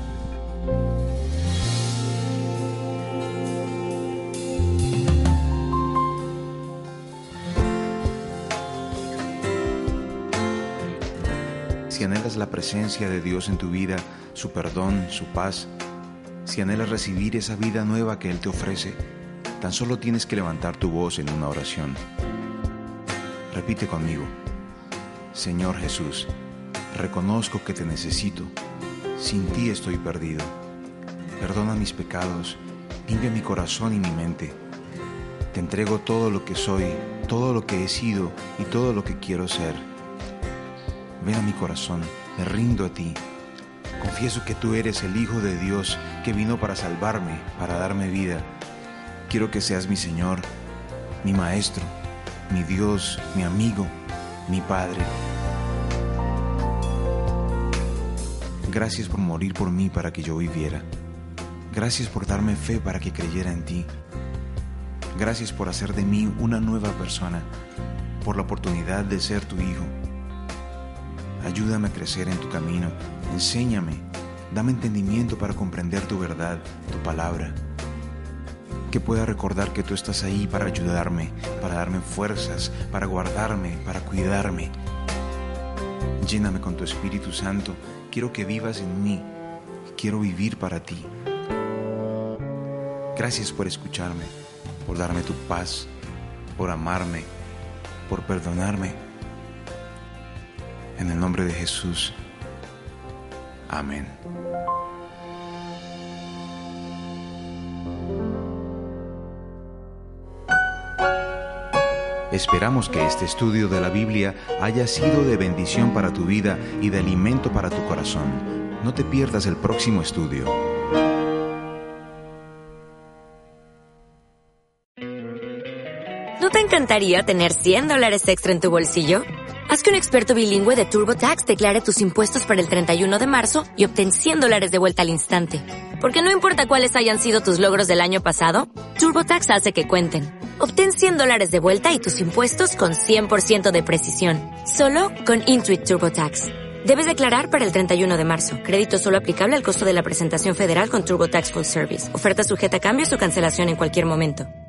Si anhelas la presencia de Dios en tu vida, su perdón, su paz, si anhelas recibir esa vida nueva que Él te ofrece, tan solo tienes que levantar tu voz en una oración. Repite conmigo: Señor Jesús, reconozco que te necesito. Sin ti estoy perdido. Perdona mis pecados, limpia mi corazón y mi mente. Te entrego todo lo que soy, todo lo que he sido y todo lo que quiero ser. Ven a mi corazón, me rindo a ti. Confieso que tú eres el Hijo de Dios que vino para salvarme, para darme vida. Quiero que seas mi Señor, mi Maestro, mi Dios, mi amigo, mi Padre. Gracias por morir por mí para que yo viviera. Gracias por darme fe para que creyera en ti. Gracias por hacer de mí una nueva persona, por la oportunidad de ser tu hijo. Ayúdame a crecer en tu camino, enséñame, dame entendimiento para comprender tu verdad, tu palabra. Que pueda recordar que tú estás ahí para ayudarme, para darme fuerzas, para guardarme, para cuidarme. Lléname con tu Espíritu Santo, quiero que vivas en mí, quiero vivir para ti. Gracias por escucharme, por darme tu paz, por amarme, por perdonarme. En el nombre de Jesús. Amén. Esperamos que este estudio de la Biblia haya sido de bendición para tu vida y de alimento para tu corazón. No te pierdas el próximo estudio. ¿No te encantaría tener cien dólares extra en tu bolsillo? Haz que un experto bilingüe de TurboTax declare tus impuestos para el treinta y uno de marzo y obtén cien dólares de vuelta al instante. Porque no importa cuáles hayan sido tus logros del año pasado, TurboTax hace que cuenten. Obtén cien dólares de vuelta y tus impuestos con cien por ciento de precisión. Solo con Intuit TurboTax. Debes declarar para el treinta y uno de marzo. Crédito solo aplicable al costo de la presentación federal con TurboTax Full Service. Oferta sujeta a cambios o cancelación en cualquier momento.